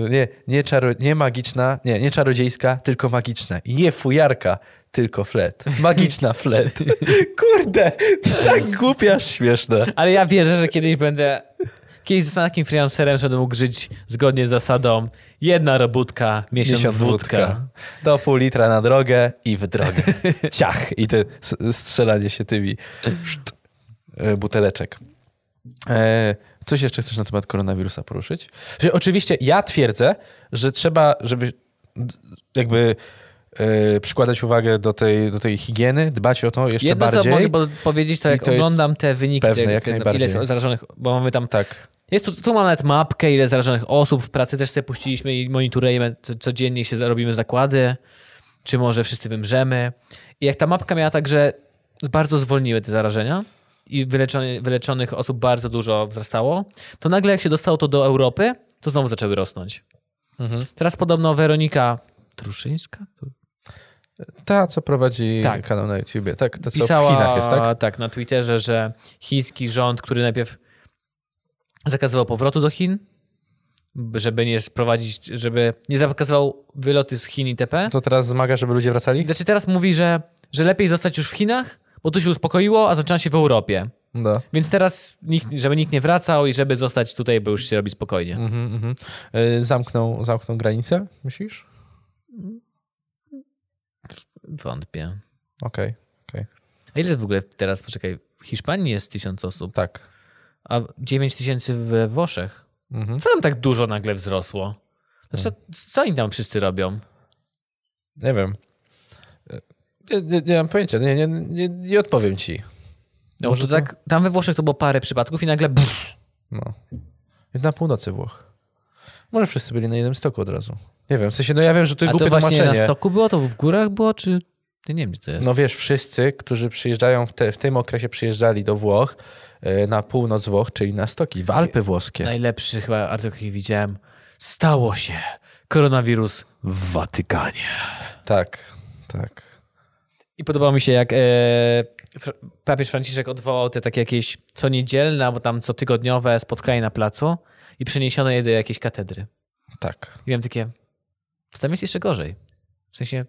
Nie czarodziejska, tylko magiczna. I nie fujarka, tylko flet. Magiczna flet. Kurde, to jest tak głupie, aż śmieszne.
Ale ja wierzę, że kiedyś zostanę takim freelancerem, że będę mógł żyć zgodnie z zasadą 1 robótka, miesiąc wódka.
Do pół litra na drogę i w drogę. Ciach. I to strzelanie się tymi buteleczek. Coś jeszcze chcesz na temat koronawirusa poruszyć? Oczywiście ja twierdzę, że trzeba, żeby jakby przykładać uwagę do tej higieny, dbać o to jeszcze bardziej.
Jedno, co mogę powiedzieć, to jak oglądam te wyniki,
ile
jest zarażonych, bo mamy tam... Tak. Tu mam nawet mapkę, ile zarażonych osób w pracy też sobie puściliśmy i monitorujemy, codziennie robimy zakłady, czy może wszyscy wymrzemy. I jak ta mapka miała tak, że bardzo zwolniły te zarażenia, i wyleczonych osób bardzo dużo wzrastało, to nagle jak się dostało to do Europy, to znowu zaczęły rosnąć. Teraz podobno Weronika Truszyńska
Ta, co prowadzi
Tak.
kanał na YouTubie. Tak, to co
pisała
w Chinach jest, tak?
tak, na Twitterze, że chiński rząd, który najpierw zakazywał powrotu do Chin, żeby nie sprowadzić, żeby nie zakazywał wyloty z Chin itp.
To teraz zmaga, żeby ludzie wracali?
Znaczy teraz mówi, że lepiej zostać już w Chinach, bo tu się uspokoiło, a zaczyna się w Europie.
No.
Więc teraz żeby nikt nie wracał i żeby zostać tutaj, bo już się robi spokojnie.
Zamknął granicę, myślisz?
Wątpię.
Okej.
A ile jest w ogóle teraz, poczekaj, w Hiszpanii jest 1000 osób,
Tak.
a 9000 we Włoszech. Co tam tak dużo nagle wzrosło? Znaczy, co oni tam wszyscy robią?
Nie wiem. Nie mam pojęcia. Nie odpowiem ci.
No,
Może
to tak, tam we Włoszech to było parę przypadków i nagle
No. Na północy Włoch. Może wszyscy byli na jednym stoku od razu. Nie wiem, w sensie, ja wiem, że to
A
głupie
to właśnie
tłumaczenie.
na stoku było? To w górach było, czy... Ja nie wiem, gdzie to jest.
No wiesz, wszyscy, którzy przyjeżdżają, w tym okresie przyjeżdżali do Włoch, na północ Włoch, czyli na stoki, w Alpy włoskie.
Najlepszy chyba artykuł, jaki widziałem. Stało się. Koronawirus w Watykanie.
Tak.
I podobało mi się, jak papież Franciszek odwołał te takie jakieś co niedzielne, albo tam co tygodniowe spotkania na placu i przeniesiono je do jakiejś katedry.
Tak.
I miałem takie, to tam jest jeszcze gorzej. W sensie,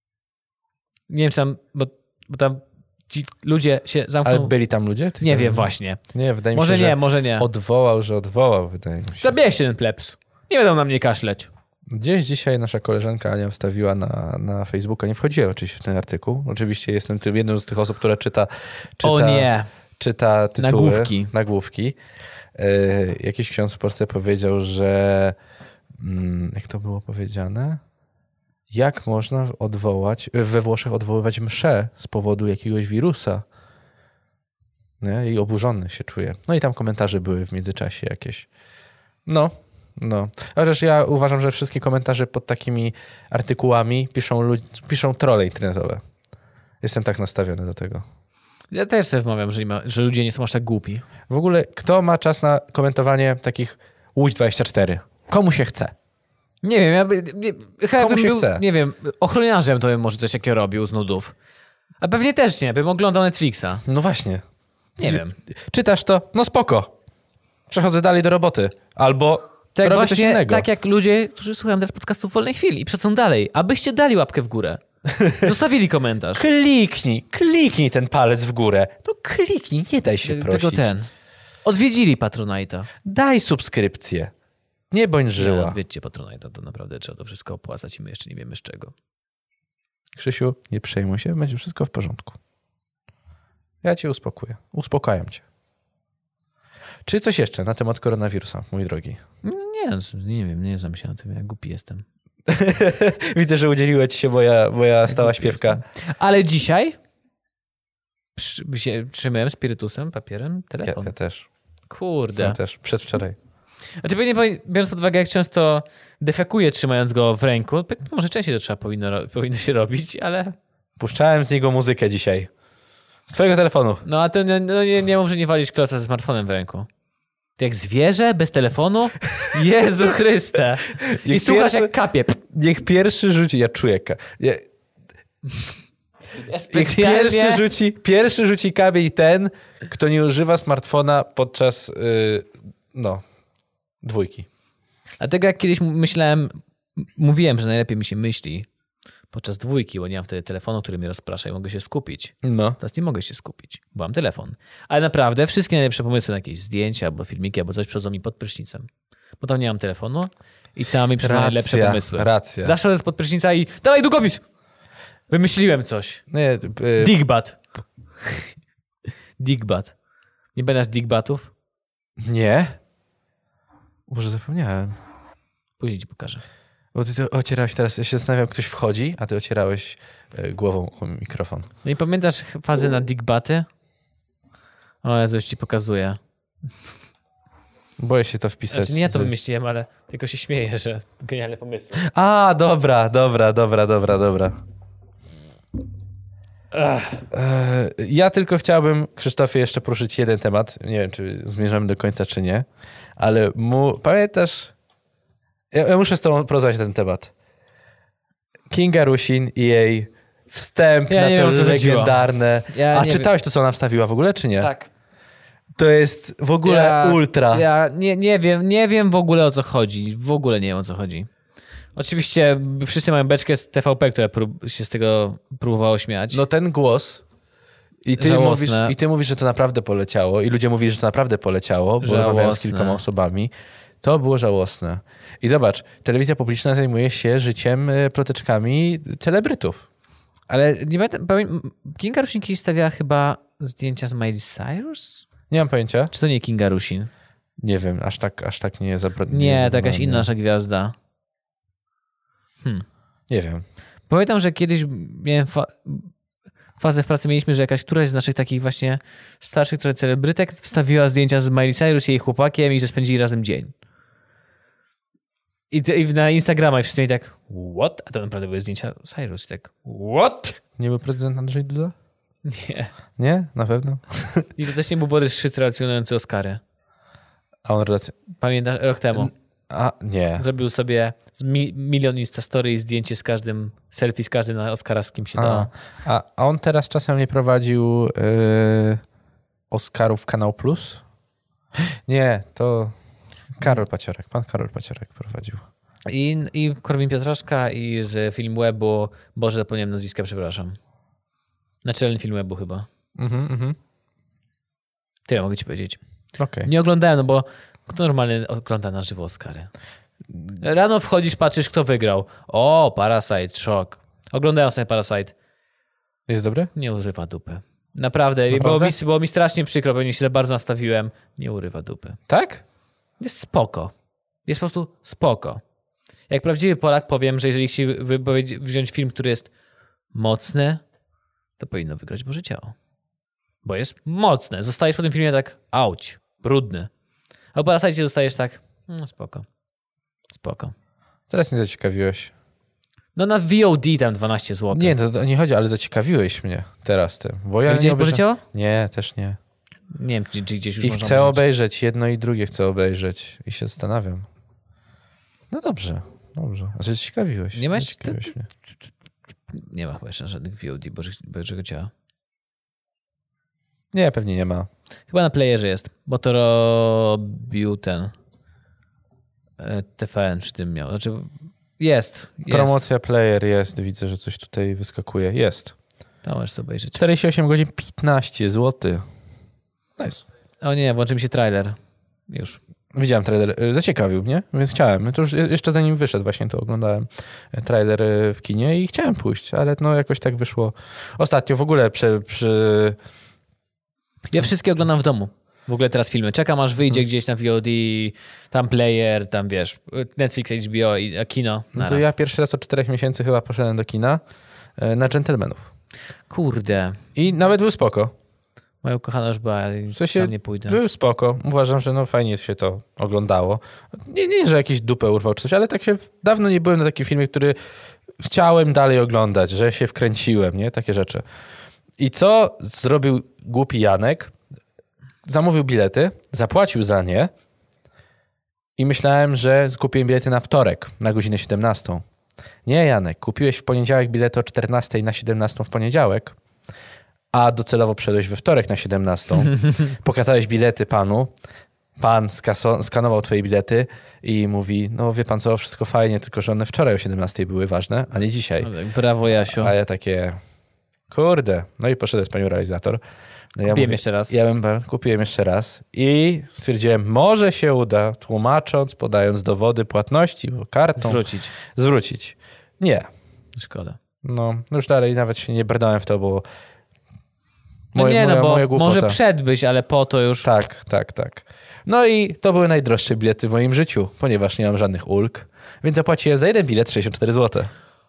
nie wiem, czy tam, bo tam ci ludzie się zamkną.
Ale byli tam ludzie?
Nie wiem właśnie.
Nie, wydaje mi
Może
się,
nie,
że
może nie.
odwołał, wydaje mi się.
Zabijcie ten plebs. Nie będą na mnie kaszleć.
Gdzieś dzisiaj nasza koleżanka Ania wstawiła na Facebooka, nie wchodziłem oczywiście w ten artykuł. Oczywiście jestem jedną z tych osób, która czyta
O nie.
czyta tytuły.
Nagłówki.
Jakiś ksiądz w Polsce powiedział, że jak to było powiedziane? Jak można we Włoszech odwoływać mszę z powodu jakiegoś wirusa? Nie? I oburzony się czuje. No i tam komentarze były w międzyczasie jakieś. No. Chociaż ja uważam, że wszystkie komentarze pod takimi artykułami piszą trolle internetowe. Jestem tak nastawiony do tego.
Ja też sobie wmawiam, że ludzie nie są aż tak głupi.
W ogóle kto ma czas na komentowanie takich Łódź24? Komu się chce?
Nie wiem, chyba
Komu
bym
się
był,
chce?
nie wiem, ochroniarzem to bym może coś takiego robił z nudów. A pewnie też nie, bym oglądał Netflixa.
No właśnie.
Nie wiem.
Czytasz to? No spoko. Przechodzę dalej do roboty. Albo
Tak
robię coś
właśnie,
innego.
tak jak ludzie, którzy słuchają teraz podcastu w wolnej chwili i przecą dalej, abyście dali łapkę w górę. Zostawili komentarz.
Kliknij ten palec w górę. No kliknij, nie daj się prosić.
Odwiedzili Patronite'a.
Daj subskrypcję. Nie bądź żyła.
Odwiedźcie Patronite'a, to naprawdę trzeba to wszystko opłacać i my jeszcze nie wiemy z czego.
Krzysiu, nie przejmuj się, będzie wszystko w porządku. Ja cię uspokoję. Uspokajam cię. Czy coś jeszcze na temat koronawirusa, mój drogi?
Nie wiem, nie znam się na tym, jak głupi jestem.
Widzę, że udzieliła ci się moja stała śpiewka.
Ale dzisiaj trzymałem spirytusem, papierem, telefon.
Ja też.
Kurde.
Ja też, przedwczoraj.
Znaczy, biorąc pod uwagę, jak często defekuję trzymając go w ręku, może częściej to powinno się robić, ale...
Puszczałem z niego muzykę dzisiaj. Z twojego telefonu.
No a to nie mów, że nie walisz kloca ze smartfonem w ręku. Ty jak zwierzę, bez telefonu? Jezu Chryste. I słuchasz jak kapie.
Niech pierwszy rzuci, ja czuję... Niech pierwszy rzuci kamień ten, kto nie używa smartfona podczas dwójki.
Dlatego jak kiedyś mówiłem, że najlepiej mi się myśli podczas dwójki, bo nie mam wtedy telefonu, który mnie rozprasza i mogę się skupić.
No.
Teraz nie mogę się skupić, bo mam telefon. Ale naprawdę wszystkie najlepsze pomysły na jakieś zdjęcia, albo filmiki, albo coś przychodzą mi pod prysznicem. Bo tam nie mam telefonu i tam mi przychodzą najlepsze pomysły.
Racja.
Zawsze jest pod prysznica i dawaj długopis! Wymyśliłem coś.
Nie,
Digbat. Digbat. Nie pamiętasz digbatów?
Nie. Może zapomniałem.
Później ci pokażę.
Bo ty ocierałeś teraz, ja się zastanawiam, ktoś wchodzi, a ty ocierałeś głową o mikrofon.
No i pamiętasz fazę na digbaty? O Jezu, już ci pokazuję.
Boję się to wpisać.
Znaczy nie ja to wymyśliłem, ale tylko się śmieję, że genialne pomysły.
A, dobra. Ja tylko chciałbym, Krzysztofie, jeszcze poruszyć jeden temat. Nie wiem, czy zmierzamy do końca, czy nie. Ale pamiętasz, Ja muszę z tobą porozmawiać na ten temat. Kinga Rusin i jej wstęp
Ja
na
nie
to
wiem, o co
legendarne...
Ja
A
nie
czytałeś to, co ona wstawiła w ogóle, czy nie?
Tak.
To jest w ogóle ultra.
Ja nie wiem w ogóle o co chodzi. W ogóle nie wiem o co chodzi. Oczywiście wszyscy mają beczkę z TVP, która się z tego próbowało śmiać.
No ten głos... I ty mówisz, że to naprawdę poleciało i ludzie mówili, że to naprawdę poleciało, bo rozmawiałem z kilkoma osobami. To było żałosne. I zobacz, telewizja publiczna zajmuje się życiem, ploteczkami celebrytów.
Ale nie pamiętam, Kinga Rusin kiedyś stawiała chyba zdjęcia z Miley Cyrus?
Nie mam pojęcia.
Czy to nie Kinga Rusin?
Nie wiem, aż tak nie zabrodnie.
Nie, to jakaś inna nasza gwiazda.
Nie wiem.
Pamiętam, że kiedyś miałem fazę w pracy mieliśmy, że któraś z naszych takich właśnie starszych trochę celebrytek wstawiła zdjęcia z Miley Cyrus i jej chłopakiem i że spędzili razem dzień. I na Instagrama i wszyscy mieli tak, what? A to naprawdę były zdjęcia Cyrus. I tak, what?
Nie był prezydent Andrzej Duda?
Nie.
Nie? Na pewno?
I to też nie był Borys Szyc relacjonujący Oscary.
A on
Pamiętasz? Rok temu.
A, nie.
Zrobił sobie z milion Instastory i zdjęcie z każdym, selfie z każdym na Oscara, z kim się da.
A on teraz czasem nie prowadził Oscarów Kanał Plus? Nie, to pan Karol Paciorek prowadził.
I Korwin Piotrowska i z Filmwebu, Boże, zapomniałem nazwiska, przepraszam. Naczelny Filmwebu chyba. Tyle mogę ci powiedzieć.
Okay.
Nie oglądałem, no bo kto normalnie ogląda na żywo Oscary? Rano wchodzisz, patrzysz, kto wygrał. O, Parasite, szok. Oglądałem sobie Parasite.
Jest dobry?
Nie urywa dupy. Naprawdę? Było mi strasznie przykro, pewnie się za bardzo nastawiłem. Nie urywa dupy.
Tak?
Jest spoko. Jest po prostu spoko. Jak prawdziwy Polak powiem, że jeżeli chcieli wziąć film, który jest mocny, to powinno wygrać Boże Ciało. Bo jest mocne. Zostajesz po tym filmie tak, auć, brudny. A po Parasite zostajesz tak, spoko. Spoko.
Teraz mnie zaciekawiłeś.
No na VOD tam 12 zł.
Nie, to nie chodzi, ale zaciekawiłeś mnie teraz tym. Bo ja
widziałeś Boże Ciało?
Nie, też nie.
Nie wiem, czy gdzieś już
I
można
chcę obejrzeć, jedno i drugie chcę obejrzeć. I się zastanawiam. No dobrze. A że ciekawiłeś.
Nie masz?
Ciekawiłeś mnie.
Nie ma chyba jeszcze żadnych VOD Bożego Ciała.
Nie, pewnie nie ma.
Chyba na playerze jest, bo to robił ten TVN przy tym miał. Znaczy jest.
Promocja player jest. Widzę, że coś tutaj wyskakuje. Jest.
To możesz sobie obejrzeć.
48 godzin 15 zł. Nice.
O nie, włączy mi się trailer. Już.
Widziałem trailer. Zaciekawił mnie, więc chciałem. To już jeszcze zanim wyszedł właśnie to oglądałem trailer w kinie i chciałem pójść, ale no jakoś tak wyszło. Ostatnio w ogóle
Ja wszystkie oglądam w domu. W ogóle teraz filmy. Czekam aż wyjdzie gdzieś na VOD, tam player, tam wiesz, Netflix, HBO i kino.
No to ja pierwszy raz od 4 miesięcy chyba poszedłem do kina na Gentlemanów.
Kurde.
I nawet był spoko.
Moja ukochana już była, sam nie pójdę.
Był spoko. Uważam, że no fajnie się to oglądało. Nie, że jakiś dupę urwał czy coś, ale tak się dawno nie byłem na takim filmie, który chciałem dalej oglądać, że się wkręciłem, nie? Takie rzeczy. I co zrobił głupi Janek? Zamówił bilety, zapłacił za nie i myślałem, że skupiłem bilety na wtorek, na godzinę 17. Nie, Janek, kupiłeś w poniedziałek bilety o 14 na 17 w poniedziałek, a docelowo przyszedłeś we wtorek na 17. Pokazałeś bilety panu, pan skanował twoje bilety i mówi, no wie pan co, wszystko fajnie, tylko że one wczoraj o 17 były ważne, a nie dzisiaj.
Brawo, Jasiu.
A ja takie, kurde. No i poszedłem z panią realizator. No
kupiłem jeszcze raz.
Kupiłem jeszcze raz i stwierdziłem, może się uda, tłumacząc, podając dowody płatności, bo kartą zwrócić. Nie.
Szkoda.
No, już dalej nawet się nie brnąłem w to, bo
bo
moja głupota.
Może przedbyś, ale po to już...
Tak. No i to były najdroższe bilety w moim życiu, ponieważ nie mam żadnych ulg, więc zapłaciłem za jeden bilet 64 zł.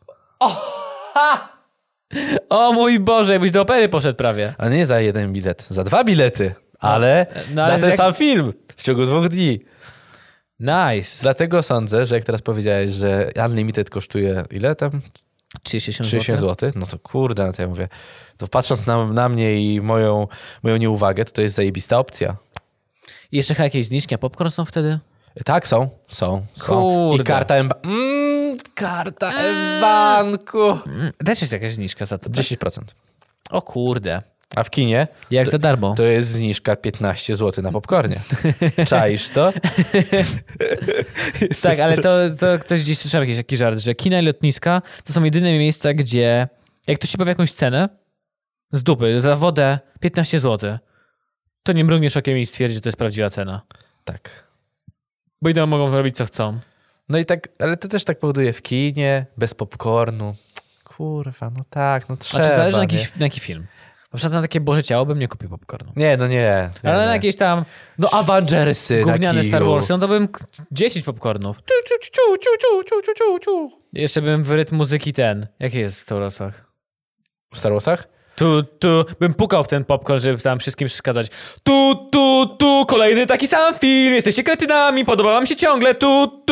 O mój Boże, jakbyś do opery poszedł prawie.
A nie za jeden bilet, za 2 bilety, ale na ten sam film w ciągu 2 dni.
Nice.
Dlatego sądzę, że jak teraz powiedziałeś, że Unlimited kosztuje ile tam?
30
zł. No to kurde, no to ja mówię, to patrząc na mnie i moją nieuwagę, to jest zajebista opcja.
I jeszcze jakieś zniżki, a popcorn są wtedy?
Tak, są.
Kurde.
I karta karta banku.
Też jest jakaś zniżka za to. Tak?
10%.
O kurde.
A w kinie
Jak za darmo.
to jest zniżka 15 zł na popcornie. Czaisz to?
Tak, ale to ktoś gdzieś słyszał jakiś taki żart, że kina i lotniska to są jedyne miejsca, gdzie jak ktoś ci powie jakąś cenę z dupy, za wodę 15 zł, to nie mrugniesz okiem i stwierdzi, że to jest prawdziwa cena.
Tak.
Bo idą mogą robić co chcą.
No i tak, ale to też tak powoduje w kinie, bez popcornu. Kurwa, no tak, no trzeba.
A czy zależy
nie?
na jaki film? Na przykład na takie Boże Ciało bym nie kupił popcornu.
Nie, no nie.
Ale na jakieś tam
No Avengersy
gówniane
na
Star
kiju.
Warsy, no to bym 10 popcornów. Jeszcze bym w rytm muzyki ten. Jaki jest w Star Warsach?
W Star Warsach?
Tu, bym pukał w ten popcorn, żeby tam wszystkim przeszkadzać. Tu, kolejny taki sam film, jesteście kretynami, podoba wam się ciągle. Tu.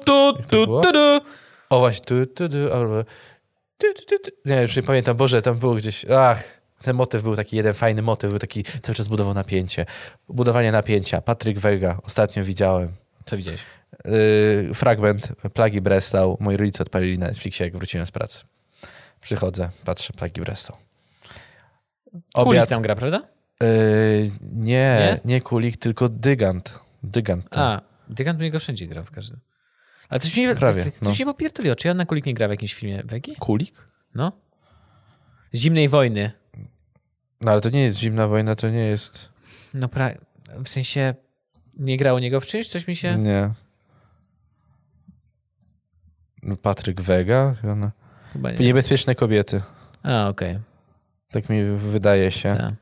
O właśnie, albo... Nie, już nie pamiętam, Boże, tam było gdzieś... ten motyw był taki, jeden fajny motyw, był taki, cały czas budował napięcie. Budowanie napięcia. Patryk Wega, ostatnio widziałem.
Co widziałeś?
Fragment Plagi Breslau. Moi rodzice odpalili na Netflixie, jak wróciłem z pracy. Przychodzę, patrzę, Plagi Breslau.
Kulik tam gra, prawda?
Nie Kulik, tylko Dygant. Dygant.
Dygant mnie go wszędzie gra w każdym. Ale coś mi
Prawie,
coś mi popierdoliło. Czy on na Kulik nie gra w jakimś filmie Wegi?
Kulik?
No. Zimnej wojny.
No ale to nie jest Zimna Wojna, to nie jest...
No w sensie nie grał u niego w czymś? Coś mi się...
Nie. No, Patryk Wega?
Chyba nie.
Niebezpieczne kobiety.
Okej.
Tak mi wydaje się.
Tak.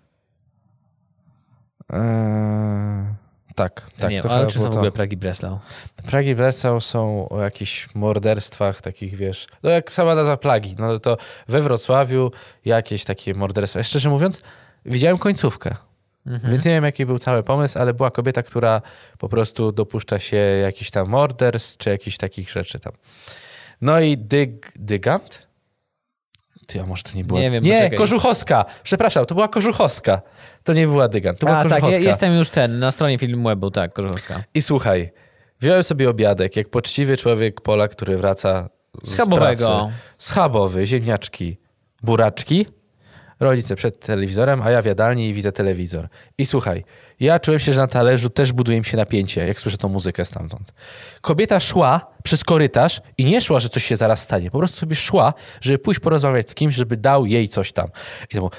Tak.
Nie,
to
ale
chyba
czy
było
są w
to.
ogóle Pragi Breslau?
Pragi Breslau są o jakichś morderstwach takich, wiesz, no jak sama nazwa Plagi, no to we Wrocławiu jakieś takie morderstwa. Szczerze mówiąc, widziałem końcówkę, więc nie wiem jaki był cały pomysł, ale była kobieta, która po dopuszcza się jakichś tam morderstw, czy jakichś takich rzeczy tam. No i Dygant? Ty, a może to nie była...
Nie wiem,
Nie,
poczekaj.
Kożuchowska. Przepraszam, to była Kożuchowska. To nie była Dygant, to była Kożuchowska.
Tak, jestem już na stronie Filmwebu, tak, Korzechowska.
I słuchaj, wziąłem sobie obiadek, jak poczciwy człowiek Polak, który wraca z
Schabowego.
pracy. Schabowy, ziemniaczki, buraczki, rodzice przed telewizorem, a ja w jadalni i widzę telewizor. I słuchaj, ja czułem się, że na talerzu też buduje mi się napięcie, jak słyszę tą muzykę stamtąd. Kobieta szła przez korytarz i nie szła, że coś się zaraz stanie. Po prostu sobie szła, żeby pójść porozmawiać z kimś, żeby dał jej coś tam. I to było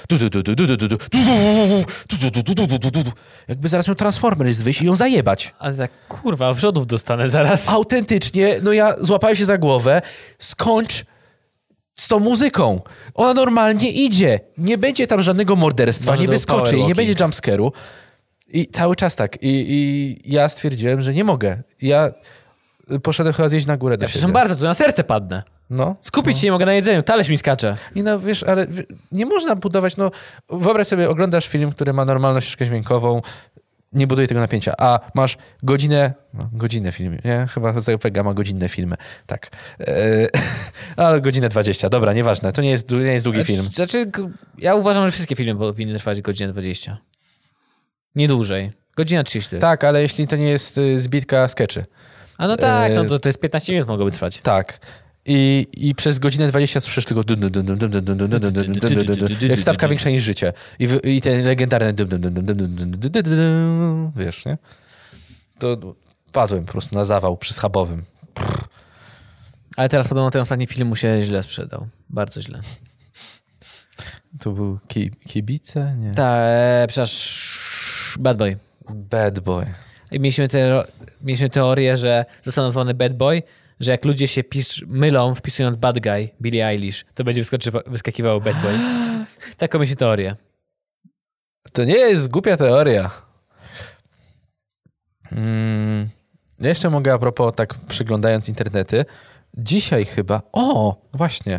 jakby zaraz miał Transformer wyjść i ją zajebać.
Ale tak, kurwa, wrzodów dostanę zaraz.
Autentycznie, no ja złapałem się za głowę, skończ z tą muzyką. Ona normalnie idzie. Nie będzie tam żadnego morderstwa,
Może
nie
do
wyskoczy,
power
nie
walking.
będzie jumpscare'u. I cały czas tak. I ja stwierdziłem, że nie mogę. Ja poszedłem chyba zjeść na górę do siebie.
Przepraszam bardzo, tu na serce padnę.
No.
Skupić się nie mogę na jedzeniu, talerz mi skacze.
Nie no, wiesz, ale nie można budować, no wyobraź sobie, oglądasz film, który ma normalną ścieżkę dźwiękową, nie buduje tego napięcia, a masz godzinę film, nie? Chyba Vega ma godzinne filmy, tak. Ale godzinę 20, dobra, nieważne, to nie jest długi film.
Znaczy, ja uważam, że wszystkie filmy powinny trwać godzinę 20. Nie dłużej. Godzina 30 to jest.
Tak, ale jeśli to nie jest zbitka skeczy.
A no tak, no to jest 15 minut mogłoby trwać.
Tak. I przez godzinę 20 słyszysz tylko jak stawka większa niż życie. I ten legendarny wiesz, nie? To padłem po prostu na zawał przy Schabowym.
Ale teraz podobno ten ostatni film mu się źle sprzedał. Bardzo źle.
To był Kibice? Nie.
Tak, Bad Boy.
Bad Boy.
I mieliśmy teorię, że został nazwany Bad Boy, że jak ludzie się mylą wpisując Bad Guy, Billie Eilish, to będzie wyskakiwało Bad Boy. Taką mieliśmy teorię.
To nie jest głupia teoria. Jeszcze mogę a propos, tak przyglądając internety, dzisiaj chyba, właśnie,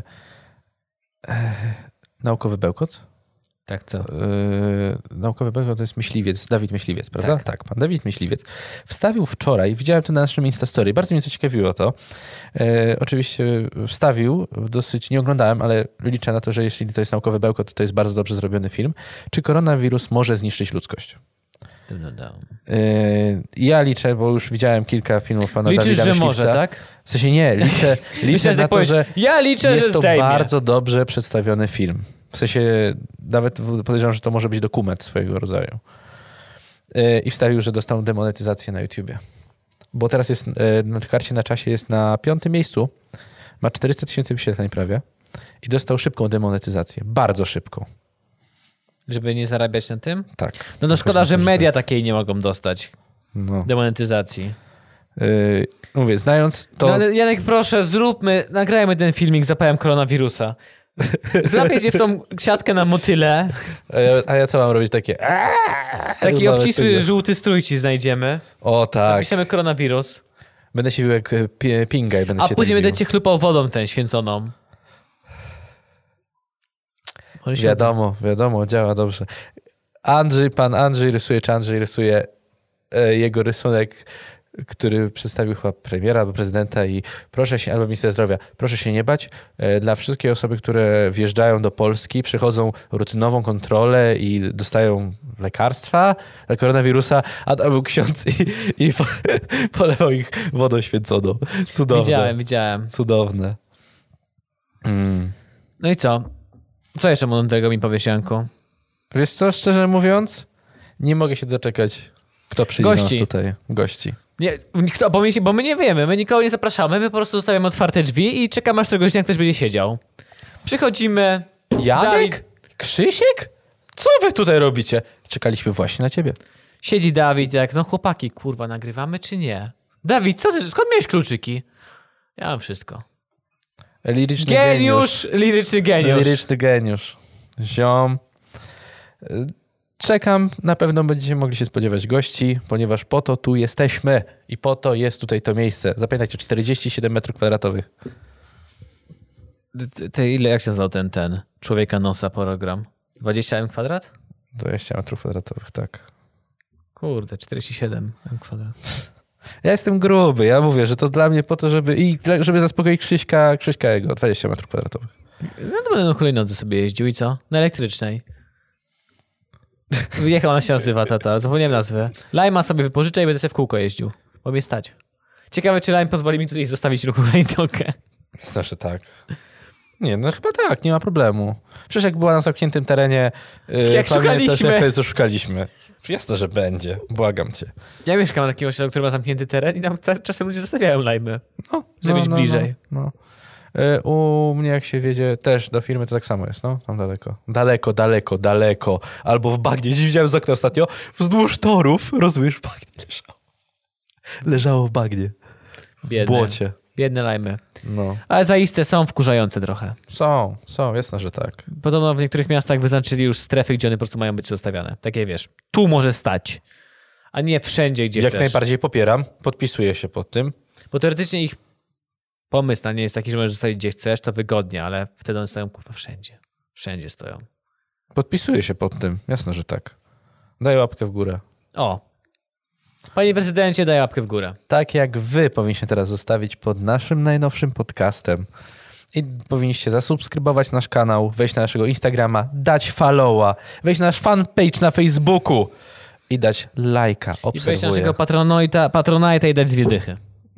Naukowy Bełkot?
Tak, co?
Naukowy Bełkot to jest myśliwiec, Dawid Myśliwiec, prawda? Tak, pan Dawid Myśliwiec wstawił wczoraj, widziałem to na naszym Instastory, bardzo mnie zaciekawiło to. Oczywiście wstawił, dosyć nie oglądałem, ale liczę na to, że jeśli to jest Naukowy Bełkot, to jest bardzo dobrze zrobiony film. Czy koronawirus może zniszczyć ludzkość? Ja liczę, bo już widziałem kilka filmów pana
Liczysz,
Dawida
że
Myśliwca.
może, tak?
W sensie nie, liczę na to, że
ja liczę,
jest
że
to
zdejmie.
bardzo dobrze przedstawiony film. W sensie nawet podejrzewam, że to może być dokument swojego rodzaju. I wstawił, że dostał demonetyzację na YouTubie. Bo teraz jest na karcie na czasie jest na 5. miejscu. Ma 400 000 wyświetleń prawie. I dostał szybką demonetyzację. Bardzo szybką.
Żeby nie zarabiać na tym?
Tak.
No szkoda, że media takiej nie mogą dostać.
No.
Demonetyzacji.
Mówię, znając to...
No, ale Janek, proszę, nagrajmy ten filmik z zapałem koronawirusa. Złapiecie w tą siatkę na motyle.
A ja co mam robić? Takie...
Taki obcisły, żółty strój ci znajdziemy.
O tak.
Napiszemy koronawirus.
Będę się jak pinga i będę się
później
tak
będę
bił.
cię chlupał wodą tę święconą.
Wiadomo, działa dobrze. Pan Andrzej rysuje jego rysunek, który przedstawił chyba premiera albo prezydenta i proszę się, albo ministra zdrowia, proszę się nie bać. Dla wszystkie osoby, które wjeżdżają do Polski, przechodzą rutynową kontrolę i dostają lekarstwa dla koronawirusa, a tam był ksiądz i polewał ich wodą święconą. Cudowne.
Widziałem.
Cudowne.
No i co? Co jeszcze mądrego mi powiesz, Janku?
Wiesz co, szczerze mówiąc, nie mogę się doczekać, kto przyjdzie do nas tutaj. Gości.
Nie, bo my nie wiemy, my nikogo nie zapraszamy, my po prostu zostawiamy otwarte drzwi i czekamy, aż któregoś dnia ktoś będzie siedział. Przychodzimy...
Janek? Krzysiek? Co wy tutaj robicie? Czekaliśmy właśnie na ciebie.
Siedzi Dawid jak, no chłopaki, kurwa, nagrywamy czy nie? Dawid, skąd miałeś kluczyki? Ja mam wszystko.
Liryczny
Liryczny geniusz.
Ziom. Czekam, na pewno będziecie mogli się spodziewać gości, ponieważ po to tu jesteśmy i po to jest tutaj to miejsce. Zapamiętajcie, 47 metrów kwadratowych.
Ile, jak się nazywał ten Człowieka Nosa program? 20 m kwadrat?
20 metrów kwadratowych, tak.
Kurde, 47 m kwadrat.
Ja jestem gruby, ja mówię, że to dla mnie po to, żeby zaspokoić Krzyśka jego, 20 metrów kwadratowych.
Będę na hulajnodze sobie jeździł i co? Na elektrycznej. Jak ona się nazywa, tata? Zapomniałem nazwę. Lajma sobie wypożyczę i będę sobie w kółko jeździł. Bo mnie stać. Ciekawe, czy Lime pozwoli mi tutaj zostawić hulajnogę.
Znaczy tak. Nie, no chyba tak, nie ma problemu. Przecież jak była na zamkniętym terenie,
jak szukaliśmy.
Co szukaliśmy. Jasne, że będzie. Błagam cię.
Ja mieszkam na takim osiedlu, który ma zamknięty teren i tam czasem ludzie zostawiają lajmy. Żeby być bliżej.
No. U mnie jak się wiedzie też do firmy, to tak samo jest, no. Tam daleko. Albo w bagnie. Dziś widziałem z okna ostatnio. Wzdłuż torów, rozumiesz, w bagnie leżało w bagnie.
Biedne.
W błocie.
Biedne lajmy.
No.
Ale zaiste są wkurzające trochę.
Są, jasne, że tak.
Podobno w niektórych miastach wyznaczyli już strefy, gdzie one po prostu mają być zostawiane. Takie wiesz, tu może stać, a nie wszędzie, gdzie
Jak
chcesz.
najbardziej popieram, podpisuję się pod tym.
Bo teoretycznie ich pomysł nie jest taki, że możesz zostawić gdzie chcesz, to wygodnie, ale wtedy one stoją kurwa wszędzie. Wszędzie stoją.
Podpisuję się pod tym, jasne, że tak. Daj łapkę w górę.
O. Panie prezydencie, daj łapkę w górę.
Tak jak wy powinniście teraz zostawić pod naszym najnowszym podcastem. I powinniście zasubskrybować nasz kanał, wejść na naszego Instagrama, dać followa, wejść na nasz fanpage na Facebooku i dać lajka.
I wejść na naszego Patronite'a i dać 2 dychy.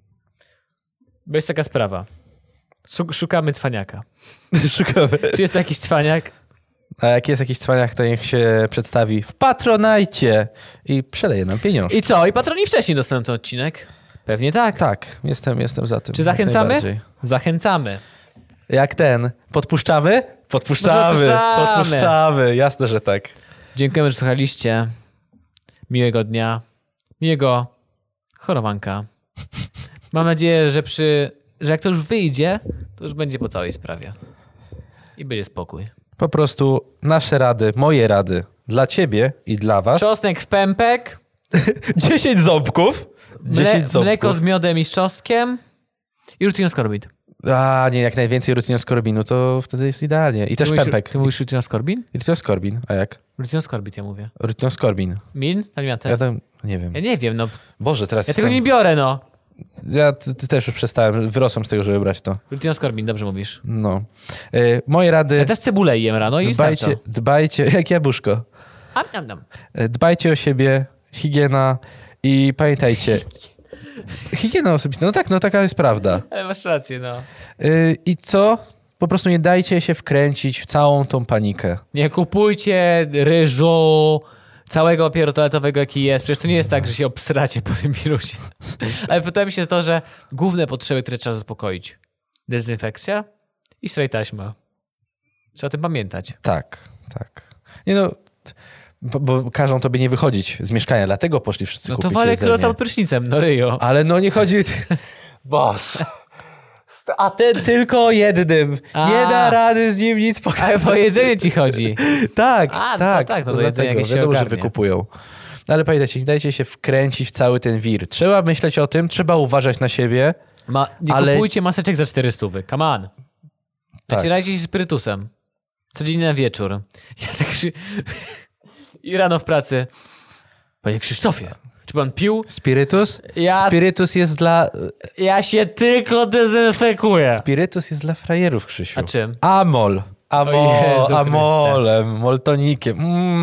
Bo jest taka sprawa. Szukamy cwaniaka.
Szukamy.
Czy jest to jakiś cwaniak?
A jak jest jakiś cwaniak, to niech się przedstawi w Patronite i przeleje nam pieniążki.
I co? I patroni wcześniej dostaną ten odcinek? Pewnie tak.
Tak, jestem za tym.
Czy zachęcamy? Zachęcamy.
Jak ten. Podpuszczamy? Podpuszczamy. Jasne, że tak.
Dziękujemy, że słuchaliście. Miłego dnia. Miłego chorowanka. Mam nadzieję, że jak to już wyjdzie, to już będzie po całej sprawie. I będzie spokój.
Po prostu nasze rady, moje rady dla ciebie i dla was.
Czosnek w pępek.
10 ząbków. 10 ząbków.
Mleko z miodem i z czosnkiem. I rutinoskorbid.
A nie, jak najwięcej rutinoskorbinu, to wtedy jest idealnie. I też pępek.
Ty mówisz rutinoskorbin?
Rutinoskorbin, a jak?
Rutinoskorbid, ja mówię.
Rutinoskorbin.
Min? Alimentę?
Ja tam, nie wiem.
Ja nie wiem, no.
Boże, teraz
Ja tego nie biorę, no.
Ja też już przestałem, wyrosłem z tego, żeby brać to.
Rutinoskorbin, dobrze mówisz.
No. Moje rady...
Ja też cebulę jem rano i
dbajcie, jak jabłuszko. Dbajcie o siebie, higiena i pamiętajcie, higiena osobista, no tak, no taka jest prawda.
Ale masz rację, no.
I co? Po prostu nie dajcie się wkręcić w całą tą panikę.
Nie kupujcie ryżu, całego papieru toaletowego, jaki jest. Przecież to nie jest tak, że się obsracie po tym wirusie. Ale pytałem się to, że główne potrzeby, które trzeba zaspokoić. Dezynfekcja i stray taśma. Trzeba o tym pamiętać.
Tak. Nie no, bo każą tobie nie wychodzić z mieszkania, dlatego poszli wszyscy
No to
kupić
walę
jedzenie.
kloca pod prysznicem, no ryjo.
Ale no nie chodzi... Boż. A ten tylko jednym. Nie da rady z nim nic pokazać.
Ale po jedzenie ci chodzi.
Tak,
A,
tak.
no to
Dlatego
jedzenie jakieś się
wiadomo, że
ogarnie.
wykupują. No ale pamiętajcie, nie dajcie się wkręcić w cały ten wir. Trzeba myśleć o tym, trzeba uważać na siebie.
Nie
Ale-
kupujcie maseczek za 400. Come on.
Tak.
Nacierajcie się spirytusem. Codziennie na wieczór. Ja tak I rano w pracy. Panie Krzysztofie, czy pan pił?
Spirytus?
Ja-
Spirytus jest dla...
Ja się tylko dezynfekuję.
Spirytus jest dla frajerów, Krzysiu.
A czym?
Amol.
O Jezu
Amolem, moltonikiem.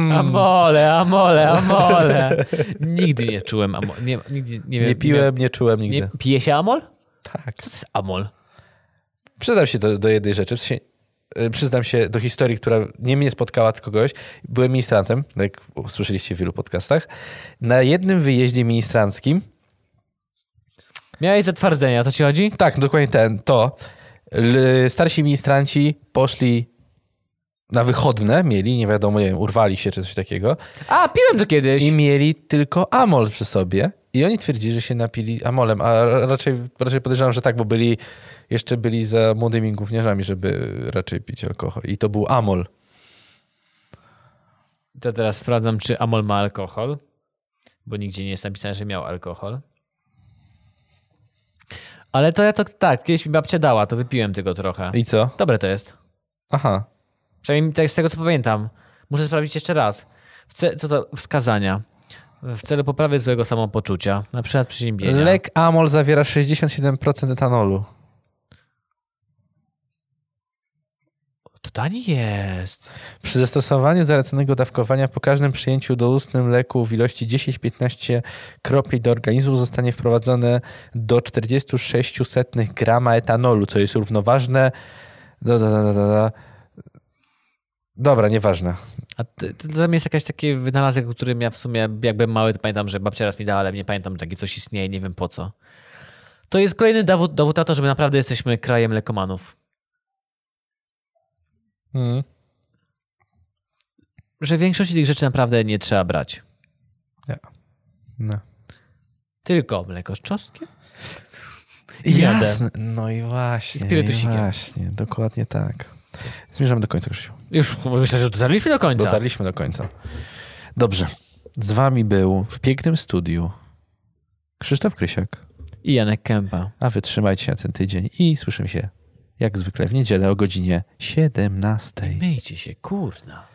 Amole. Nigdy nie czułem amol. Nigdy nie wiem.
Nie piłem, nie czułem nigdy.
Nie, pije się amol?
Tak.
Co to jest amol?
Przyznam się do jednej rzeczy. W sensie, przyznam się do historii, która nie mnie spotkała, tylko kogoś. Byłem ministrantem, jak usłyszeliście w wielu podcastach. Na jednym wyjeździe ministranckim,
Miałeś zatwardzenia, o to ci chodzi?
tak, dokładnie starsi ministranci poszli na wychodne, mieli, nie wiadomo, nie wiem, urwali się czy coś takiego
A, piłem to kiedyś.
i mieli tylko amol przy sobie i oni twierdzili, że się napili amolem, a raczej podejrzewam, że tak, bo jeszcze byli za młodymi gówniarzami, żeby raczej pić alkohol i to był amol.
To teraz sprawdzam, czy amol ma alkohol, bo nigdzie nie jest napisane, że miał alkohol. Ale to ja to tak, kiedyś mi babcia dała, to wypiłem tego trochę.
I co?
Dobre to jest.
Aha.
Przynajmniej tak z tego, co pamiętam. Muszę sprawdzić jeszcze raz. Co to wskazania? W celu poprawy złego samopoczucia, na przykład przeziębienia.
Lek amol zawiera 67% etanolu.
To tani jest.
Przy zastosowaniu zaleconego dawkowania po każdym przyjęciu doustnym leku w ilości 10-15 kropli do organizmu zostanie wprowadzone do 46% grama etanolu, co jest równoważne... Dobra, nieważne.
A to tam jest jakaś taki wynalazek, o którym ja w sumie, jak byłem mały, to pamiętam, że babcia raz mi dała, ale nie pamiętam, że takie coś istnieje, nie wiem po co. To jest kolejny dowód na to, że my naprawdę jesteśmy krajem lekomanów. Że większości tych rzeczy naprawdę nie trzeba brać.
No.
Tylko mleko z czosnkiem.
Jasne. No i właśnie.
I spirytusikiem.
Właśnie, dokładnie tak. Zmierzamy do końca, Krzysiu.
Już myślę, że dotarliśmy do końca.
Dotarliśmy do końca. Dobrze. Z wami był w pięknym studiu Krzysztof Krysiak.
I Janek Kępa.
A wy trzymajcie się na ten tydzień i słyszymy się jak zwykle w niedzielę o godzinie 17.
Myjcie się, kurna.